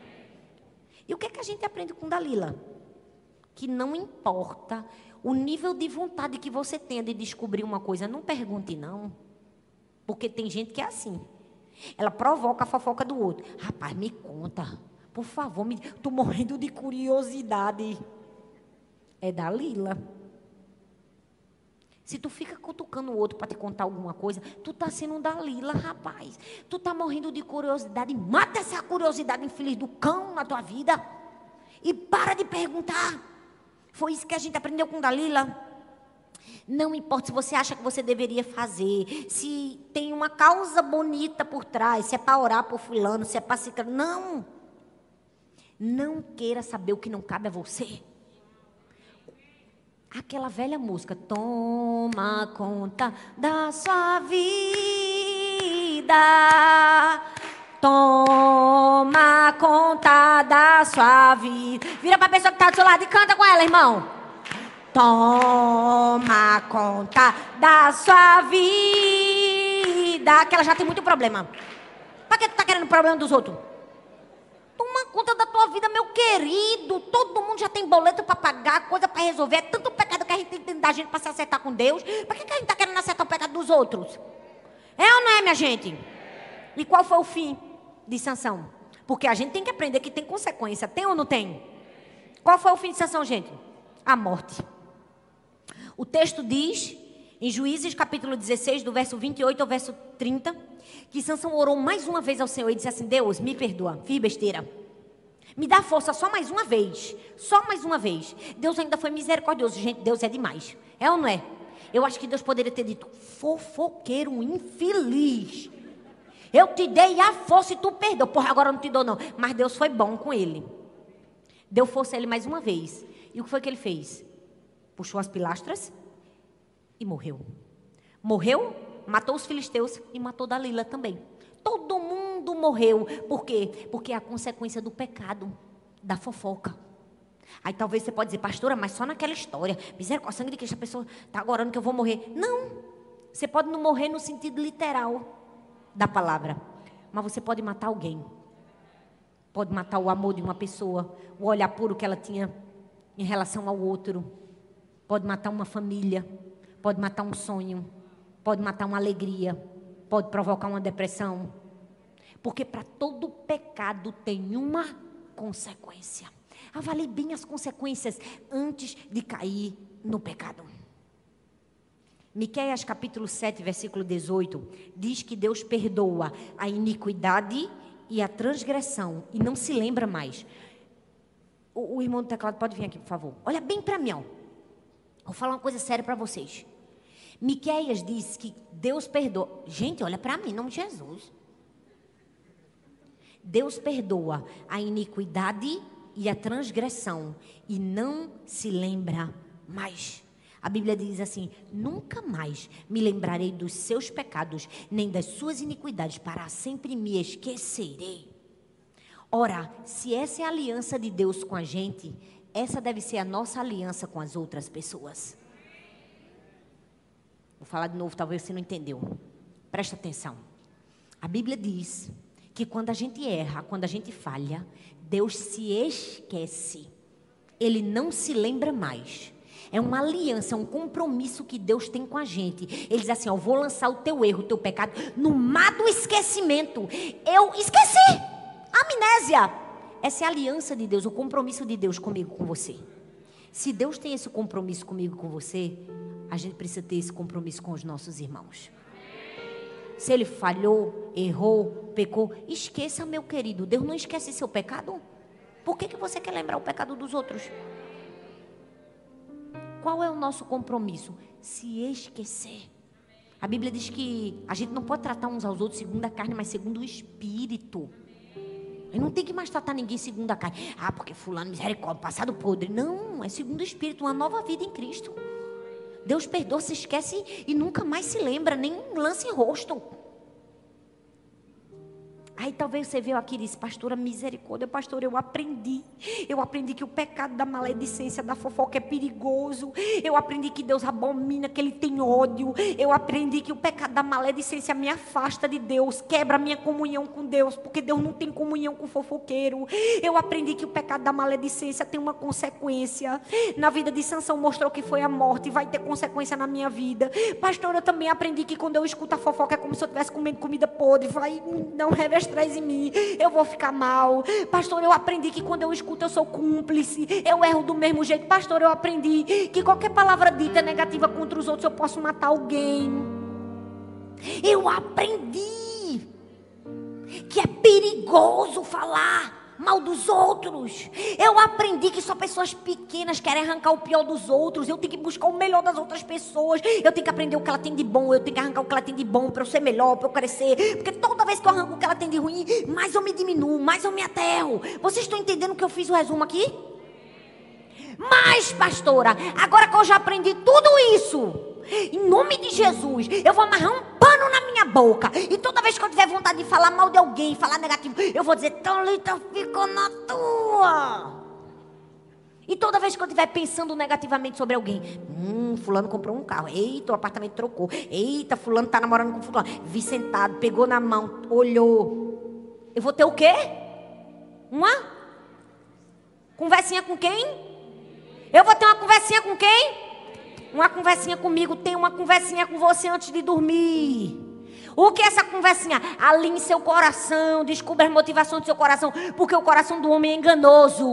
E o que é que a gente aprende com Dalila? Que não importa o nível de vontade que você tenha de descobrir uma coisa, não pergunte não. Porque tem gente que é assim. Ela provoca a fofoca do outro. Rapaz, me conta. Por favor, me... tô morrendo de curiosidade. É Dalila. Se tu fica cutucando o outro para te contar alguma coisa, tu tá sendo um Dalila, rapaz. Tu tá morrendo de curiosidade. Mata essa curiosidade infeliz do cão na tua vida. E para de perguntar. Foi isso que a gente aprendeu com Dalila. Não importa se você acha que você deveria fazer, se tem uma causa bonita por trás, se é para orar por fulano, se é para se... Não. Não queira saber o que não cabe a você. Aquela velha música, toma conta da sua vida. Toma conta da sua vida. Vira para a pessoa que está do seu lado e canta com ela, irmão. Toma conta da sua vida. Que ela já tem muito problema. Para que tu está querendo o problema dos outros? Toma conta da tua vida, meu querido. Todo mundo já tem boleto para pagar, coisa para resolver. É tanto pecado que a gente tem dentro da gente para se acertar com Deus. Para que, que a gente está querendo acertar o pecado dos outros? É ou não é, minha gente? E qual foi o fim de Sansão? Porque a gente tem que aprender que tem consequência. Tem ou não tem? Qual foi o fim de Sansão, gente? A morte. O texto diz, em Juízes capítulo dezesseis, do verso vinte e oito ao verso trinta, que Sansão orou mais uma vez ao Senhor e disse assim: Deus, me perdoa, fiz besteira. Me dá força só mais uma vez. Só mais uma vez. Deus ainda foi misericordioso. Gente, Deus é demais. É ou não é? Eu acho que Deus poderia ter dito: fofoqueiro infeliz. Eu te dei a força e tu perdeu. Porra, agora eu não te dou não. Mas Deus foi bom com ele. Deu força a ele mais uma vez. E o que foi que ele fez? Puxou as pilastras e morreu. Morreu, matou os filisteus e matou Dalila também. Todo mundo morreu. Por quê? Porque é a consequência do pecado, da fofoca. Aí talvez você pode dizer: pastora, mas só naquela história. Misericórdia, sangue de Cristo, a pessoa está agora orando que eu vou morrer. Não. Você pode não morrer no sentido literal da palavra. Mas você pode matar alguém. Pode matar o amor de uma pessoa. O olhar puro que ela tinha em relação ao outro. Pode matar uma família. Pode matar um sonho. Pode matar uma alegria. Pode provocar uma depressão. Porque para todo pecado tem uma consequência. Avalie bem as consequências antes de cair no pecado. Miqueias capítulo sete, versículo dezoito, diz que Deus perdoa a iniquidade e a transgressão e não se lembra mais. O, o irmão do teclado pode vir aqui, por favor. Olha bem para mim, ó. Vou falar uma coisa séria para vocês. Miqueias diz que Deus perdoa. Gente, olha para mim, em nome de Jesus. Deus perdoa a iniquidade e a transgressão e não se lembra mais. A Bíblia diz assim: nunca mais me lembrarei dos seus pecados, nem das suas iniquidades, para sempre me esquecerei. Ora, se essa é a aliança de Deus com a gente, essa deve ser a nossa aliança com as outras pessoas. Vou falar de novo, talvez você não entendeu. Presta atenção. A Bíblia diz que quando a gente erra, quando a gente falha, Deus se esquece. Ele não se lembra mais. É uma aliança, é um compromisso que Deus tem com a gente. Ele diz assim: ó, eu vou lançar o teu erro, o teu pecado no mar do esquecimento. Eu esqueci. Amnésia. Essa é a aliança de Deus, o compromisso de Deus comigo, com você. Se Deus tem esse compromisso comigo, com você, a gente precisa ter esse compromisso com os nossos irmãos. Se ele falhou, errou, pecou, esqueça, meu querido. Deus não esquece seu pecado. Por que que você quer lembrar o pecado dos outros? Qual é o nosso compromisso? Se esquecer. A Bíblia diz que a gente não pode tratar uns aos outros segundo a carne, mas segundo o Espírito. E não tem que mais tratar ninguém segundo a carne. Ah, porque fulano, misericórdia, passado podre. Não, é segundo o Espírito, uma nova vida em Cristo. Deus perdoa, se esquece e nunca mais se lembra, nem lança em rosto. Aí talvez você veio aqui e disse: pastora, misericórdia, pastor, eu aprendi. Eu aprendi que o pecado da maledicência, da fofoca é perigoso. Eu aprendi que Deus abomina, que Ele tem ódio. Eu aprendi que o pecado da maledicência me afasta de Deus, quebra a minha comunhão com Deus, porque Deus não tem comunhão com o fofoqueiro. Eu aprendi que o pecado da maledicência tem uma consequência. Na vida de Sansão mostrou que foi a morte, vai ter consequência na minha vida. Pastor, eu também aprendi que quando eu escuto a fofoca é como se eu estivesse comendo comida podre, vai não reveste traz em mim, eu vou ficar mal. Pastor, eu aprendi que quando eu escuto eu sou cúmplice, eu erro do mesmo jeito. Pastor, eu aprendi que qualquer palavra dita negativa contra os outros eu posso matar alguém. Eu aprendi que é perigoso falar mal dos outros. Eu aprendi que só pessoas pequenas querem arrancar o pior dos outros. Eu tenho que buscar o melhor das outras pessoas. Eu tenho que aprender o que ela tem de bom. Eu tenho que arrancar o que ela tem de bom para eu ser melhor, para eu crescer. Porque toda vez que eu arranco o que ela tem de ruim, mais eu me diminuo, mais eu me aterro. Vocês estão entendendo que eu fiz o resumo aqui? Mas, pastora, agora que eu já aprendi tudo isso, em nome de Jesus, eu vou amarrar um pano na minha boca. E toda vez que eu tiver vontade de falar mal de alguém, falar negativo, eu vou dizer: Thalita, fica na tua. E toda vez que eu estiver pensando negativamente sobre alguém, Hum, fulano comprou um carro, eita, o apartamento trocou, eita, fulano tá namorando com fulano, vi sentado, pegou na mão, olhou, eu vou ter o quê? Uma conversinha com quem? Eu vou ter uma conversinha com quem? Uma conversinha comigo. Tem uma conversinha com você antes de dormir. O que é essa conversinha? Alinhe seu coração, descubra as motivações do seu coração, porque o coração do homem é enganoso.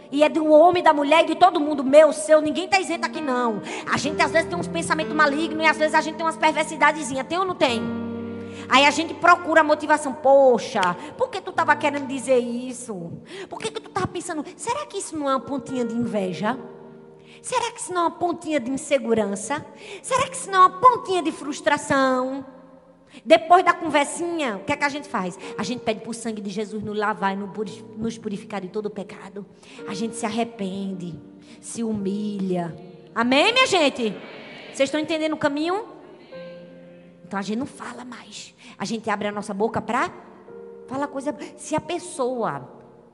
E é do homem, da mulher e de todo mundo, meu, seu, ninguém está isento aqui não. A gente às vezes tem uns pensamentos malignos e às vezes a gente tem umas perversidadezinhas, tem ou não tem? Aí a gente procura a motivação, poxa, por que tu estava querendo dizer isso? Por que, que tu estava pensando, será que isso não é uma pontinha de inveja? Será que isso não é uma pontinha de insegurança? Será que isso não é uma pontinha de frustração? Depois da conversinha, o que é que a gente faz? A gente pede para o sangue de Jesus nos lavar e nos purificar de todo o pecado. A gente se arrepende, se humilha. Amém, minha gente? Vocês estão entendendo o caminho? Então a gente não fala mais. A gente abre a nossa boca para falar coisa. Se a pessoa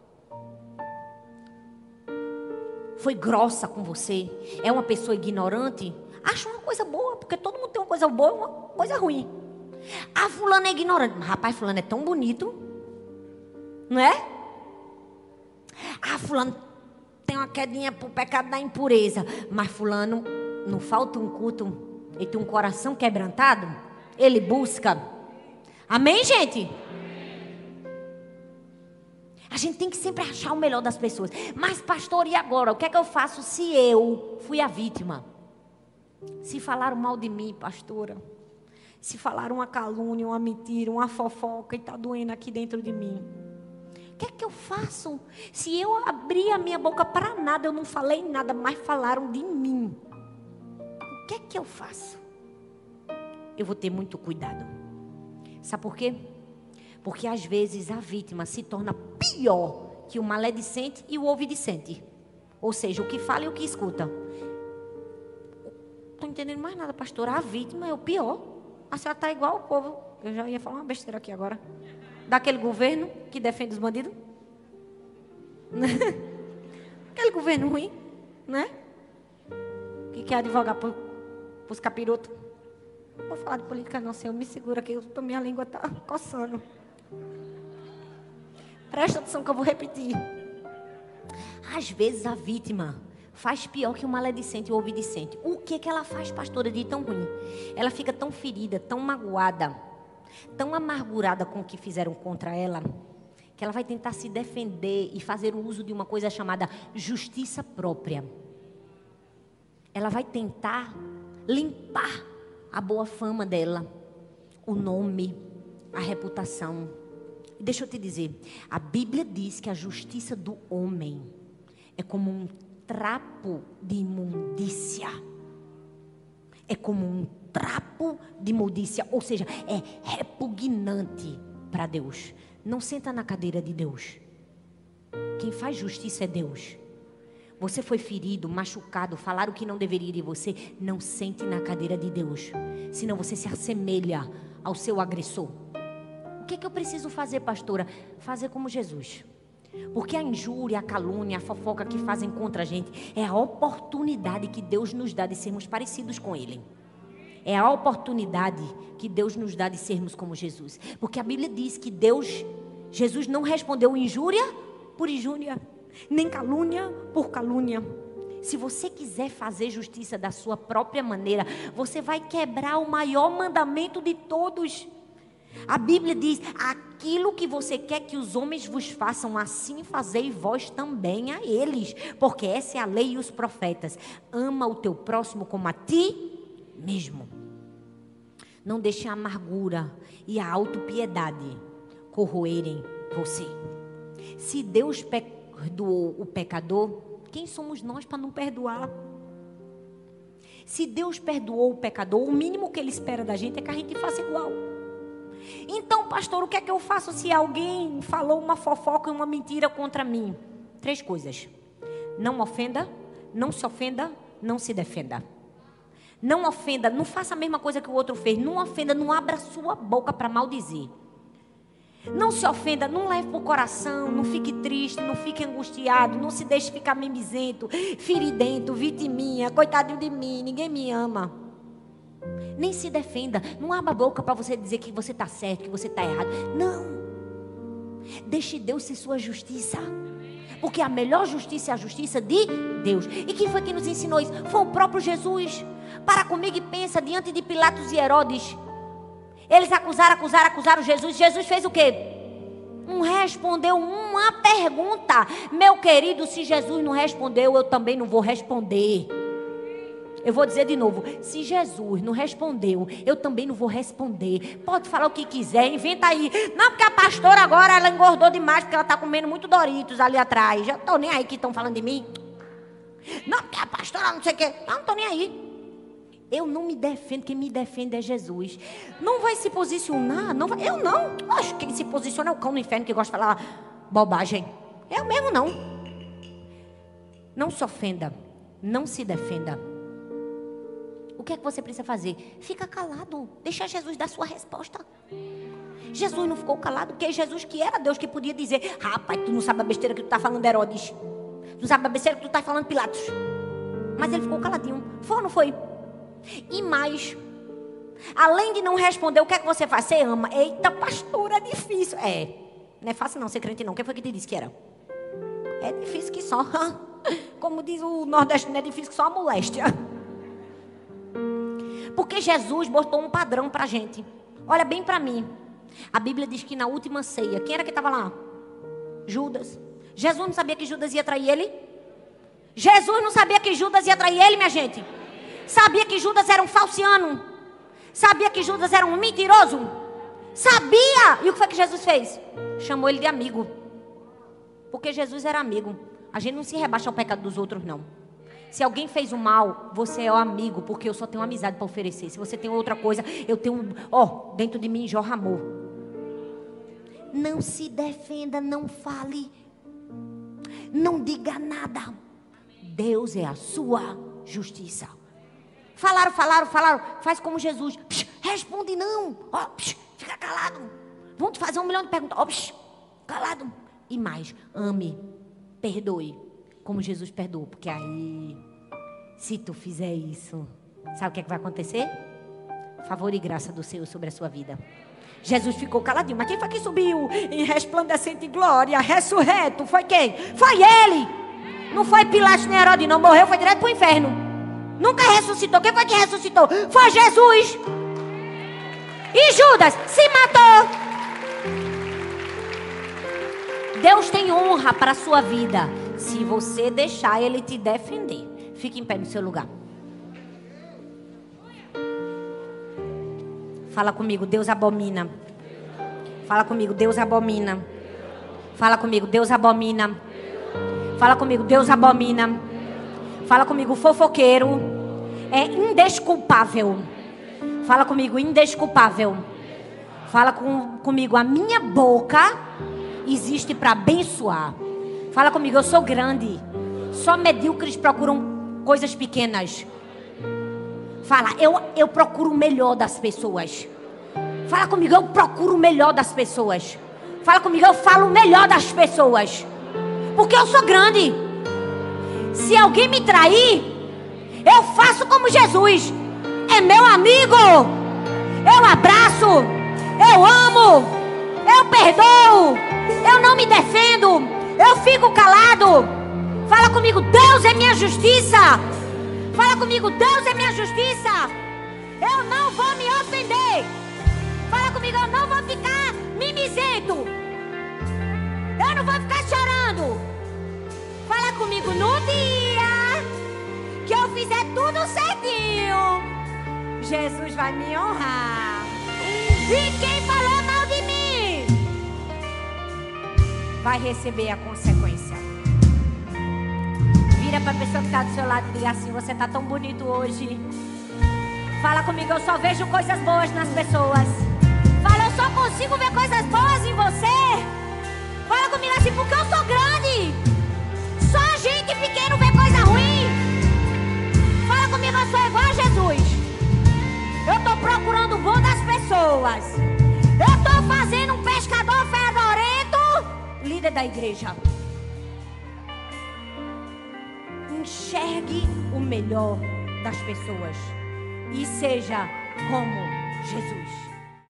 foi grossa com você, é uma pessoa ignorante, acha uma coisa boa, porque todo mundo tem uma coisa boa e uma coisa ruim. Ah, fulano é ignorante. Mas, rapaz, fulano é tão bonito. Não é? Ah, fulano tem uma quedinha pro pecado da impureza. Mas fulano não falta um culto. Ele tem um coração quebrantado. Ele busca. Amém, gente? A gente tem que sempre achar o melhor das pessoas. Mas, pastor, e agora? O que é que eu faço se eu fui a vítima? Se falaram mal de mim, pastora. Se falaram uma calúnia, uma mentira, uma fofoca e está doendo aqui dentro de mim. O que é que eu faço? Se eu abrir a minha boca para nada, eu não falei nada, mas falaram de mim. O que é que eu faço? Eu vou ter muito cuidado. Sabe por quê? Porque às vezes a vítima se torna pior que o maledicente e o ouvidicente. Ou seja, o que fala e o que escuta. Não estou entendendo mais nada, pastora. A vítima é o pior. A senhora está igual ao povo. Eu já ia falar uma besteira aqui agora. Daquele governo que defende os bandidos. Aquele governo ruim, né? Que quer advogar para os capirotos. Não vou falar de política não, senhor. Me segura aqui, a minha língua está coçando. Presta atenção que eu vou repetir. Às vezes a vítima faz pior que o maledicente e o obedicente. O que que ela faz, pastora, de tão ruim? Ela fica tão ferida, tão magoada, tão amargurada com o que fizeram contra ela, que ela vai tentar se defender e fazer o uso de uma coisa chamada justiça própria. Ela vai tentar limpar a boa fama dela, o nome, a reputação. E deixa eu te dizer, a Bíblia diz que a justiça do homem é como um trapo de imundícia. É como um trapo de imundícia, ou seja, é repugnante para Deus. Não senta na cadeira de Deus. Quem faz justiça é Deus. Você foi ferido, machucado, falaram que não deveria de você, não sente na cadeira de Deus. Senão você se assemelha ao seu agressor. O que é que eu preciso fazer, pastora? Fazer como Jesus. Porque a injúria, a calúnia, a fofoca que fazem contra a gente é a oportunidade que Deus nos dá de sermos parecidos com Ele. É a oportunidade que Deus nos dá de sermos como Jesus. Porque a Bíblia diz que Deus, Jesus não respondeu injúria por injúria, nem calúnia por calúnia. Se você quiser fazer justiça da sua própria maneira, você vai quebrar o maior mandamento de todos. A Bíblia diz, aquilo que você quer que os homens vos façam, assim fazei vós também a eles. Porque essa é a lei e os profetas. Ama o teu próximo como a ti mesmo. Não deixe a amargura e a autopiedade corroerem você. Se Deus perdoou o pecador, quem somos nós para não perdoar? Se Deus perdoou o pecador, o mínimo que Ele espera da gente é que a gente faça igual. Então, pastor, o que é que eu faço se alguém falou uma fofoca e uma mentira contra mim? Três coisas. Não ofenda, não se ofenda, não se defenda. Não ofenda, não faça a mesma coisa que o outro fez. Não ofenda, não abra sua boca para maldizer. Não se ofenda, não leve para o coração, não fique triste, não fique angustiado, não se deixe ficar mimizento, feridento, vitiminha, coitadinho de mim, ninguém me ama. Nem se defenda, não abra a boca para você dizer que você está certo, que você está errado. Não. Deixe Deus ser sua justiça. Porque a melhor justiça é a justiça de Deus. E quem foi que nos ensinou isso? Foi o próprio Jesus. Para comigo e pensa, diante de Pilatos e Herodes. Eles acusaram, acusaram, acusaram Jesus. Jesus fez o quê? Não respondeu uma pergunta. Meu querido, se Jesus não respondeu, eu também não vou responder. Eu vou dizer de novo, se Jesus não respondeu, eu também não vou responder. Pode falar o que quiser, inventa aí. Não, porque a pastora agora, ela engordou demais, porque ela está comendo muito Doritos ali atrás. Já estou nem aí que estão falando de mim. Não, porque a pastora não sei o quê. Não, não estou nem aí. Eu não me defendo, quem me defende é Jesus. Não vai se posicionar, não vai, eu não. Acho que quem se posiciona é o cão no inferno que gosta de falar bobagem. Eu mesmo não. Não se ofenda, não se defenda. O que é que você precisa fazer? Fica calado, deixa Jesus dar sua resposta. Jesus não ficou calado, porque Jesus que era Deus que podia dizer: rapaz, tu não sabe a besteira que tu está falando, Herodes. Tu não sabe a besteira que tu está falando, Pilatos. Mas ele ficou caladinho. Foi ou não foi? E mais, além de não responder, o que é que você faz? Você ama. Eita, pastora, é difícil. É, não é fácil não ser crente não. Quem foi que te disse que era? É difícil que só. Como diz o nordestino, é difícil que só a moléstia. Porque Jesus botou um padrão pra gente. Olha bem pra mim. A Bíblia diz que na última ceia, quem era que estava lá? Judas. Jesus não sabia que Judas ia trair ele? Jesus não sabia que Judas ia trair ele, minha gente? Sabia que Judas era um falciano? Sabia que Judas era um mentiroso? Sabia! E o que foi que Jesus fez? Chamou ele de amigo. Porque Jesus era amigo. A gente não se rebaixa ao pecado dos outros, não. Se alguém fez o mal, você é o amigo, porque eu só tenho amizade para oferecer. Se você tem outra coisa, eu tenho, ó, dentro de mim jorra amor. Não se defenda, não fale, não diga nada. Deus é a sua justiça. Falaram, falaram, falaram. Faz como Jesus. Psh, responde não. Ó, psh, fica calado. Vão te fazer um milhão de perguntas. Ó, psh, calado. E mais, ame, perdoe. Como Jesus perdoou, porque aí, se tu fizer isso, sabe o que é que vai acontecer? Favor e graça do Senhor sobre a sua vida. Jesus ficou caladinho, mas quem foi que subiu em resplandecente glória, ressurreto? Foi quem? Foi ele! Não foi Pilatos nem Herodes, não, morreu, foi direto para o inferno. Nunca ressuscitou. Quem foi que ressuscitou? Foi Jesus. E Judas se matou. Deus tem honra para a sua vida, se você deixar Ele te defender. Fique em pé no seu lugar. Fala comigo, Deus abomina. Fala comigo, Deus abomina. Fala comigo, Deus abomina. Fala comigo, Deus abomina. Fala comigo, fofoqueiro é indesculpável. Fala comigo, indesculpável. Fala com, comigo, a minha boca existe para abençoar. Fala comigo, eu sou grande. Só medíocres procuram coisas pequenas. Fala, eu, eu procuro o melhor das pessoas. Fala comigo, eu procuro o melhor das pessoas. Fala comigo, eu falo o melhor das pessoas. Porque eu sou grande. Se alguém me trair, eu faço como Jesus. É meu amigo. Eu abraço. Eu amo. Eu perdoo. Eu não me defendo. Eu fico calado. Fala comigo, Deus é minha justiça. Fala comigo, Deus é minha justiça. Eu não vou me ofender. Fala comigo, eu não vou ficar mimizento. Eu não vou ficar chorando. Fala comigo, no dia que eu fizer tudo certinho, Jesus vai me honrar. E quem falou mal de mim vai receber a consequência. Vira para a pessoa que está do seu lado e diga assim, você está tão bonito hoje. Fala comigo, eu só vejo coisas boas nas pessoas. Fala, eu só consigo ver coisas boas em você. Fala comigo assim, porque eu sou grande. Só gente pequena vê coisa ruim. Fala comigo, eu sou igual a Jesus. Eu estou procurando o bom das pessoas. Eu estou fazendo um pescador fedorento, líder da igreja. Enxergue o melhor das pessoas e seja como Jesus.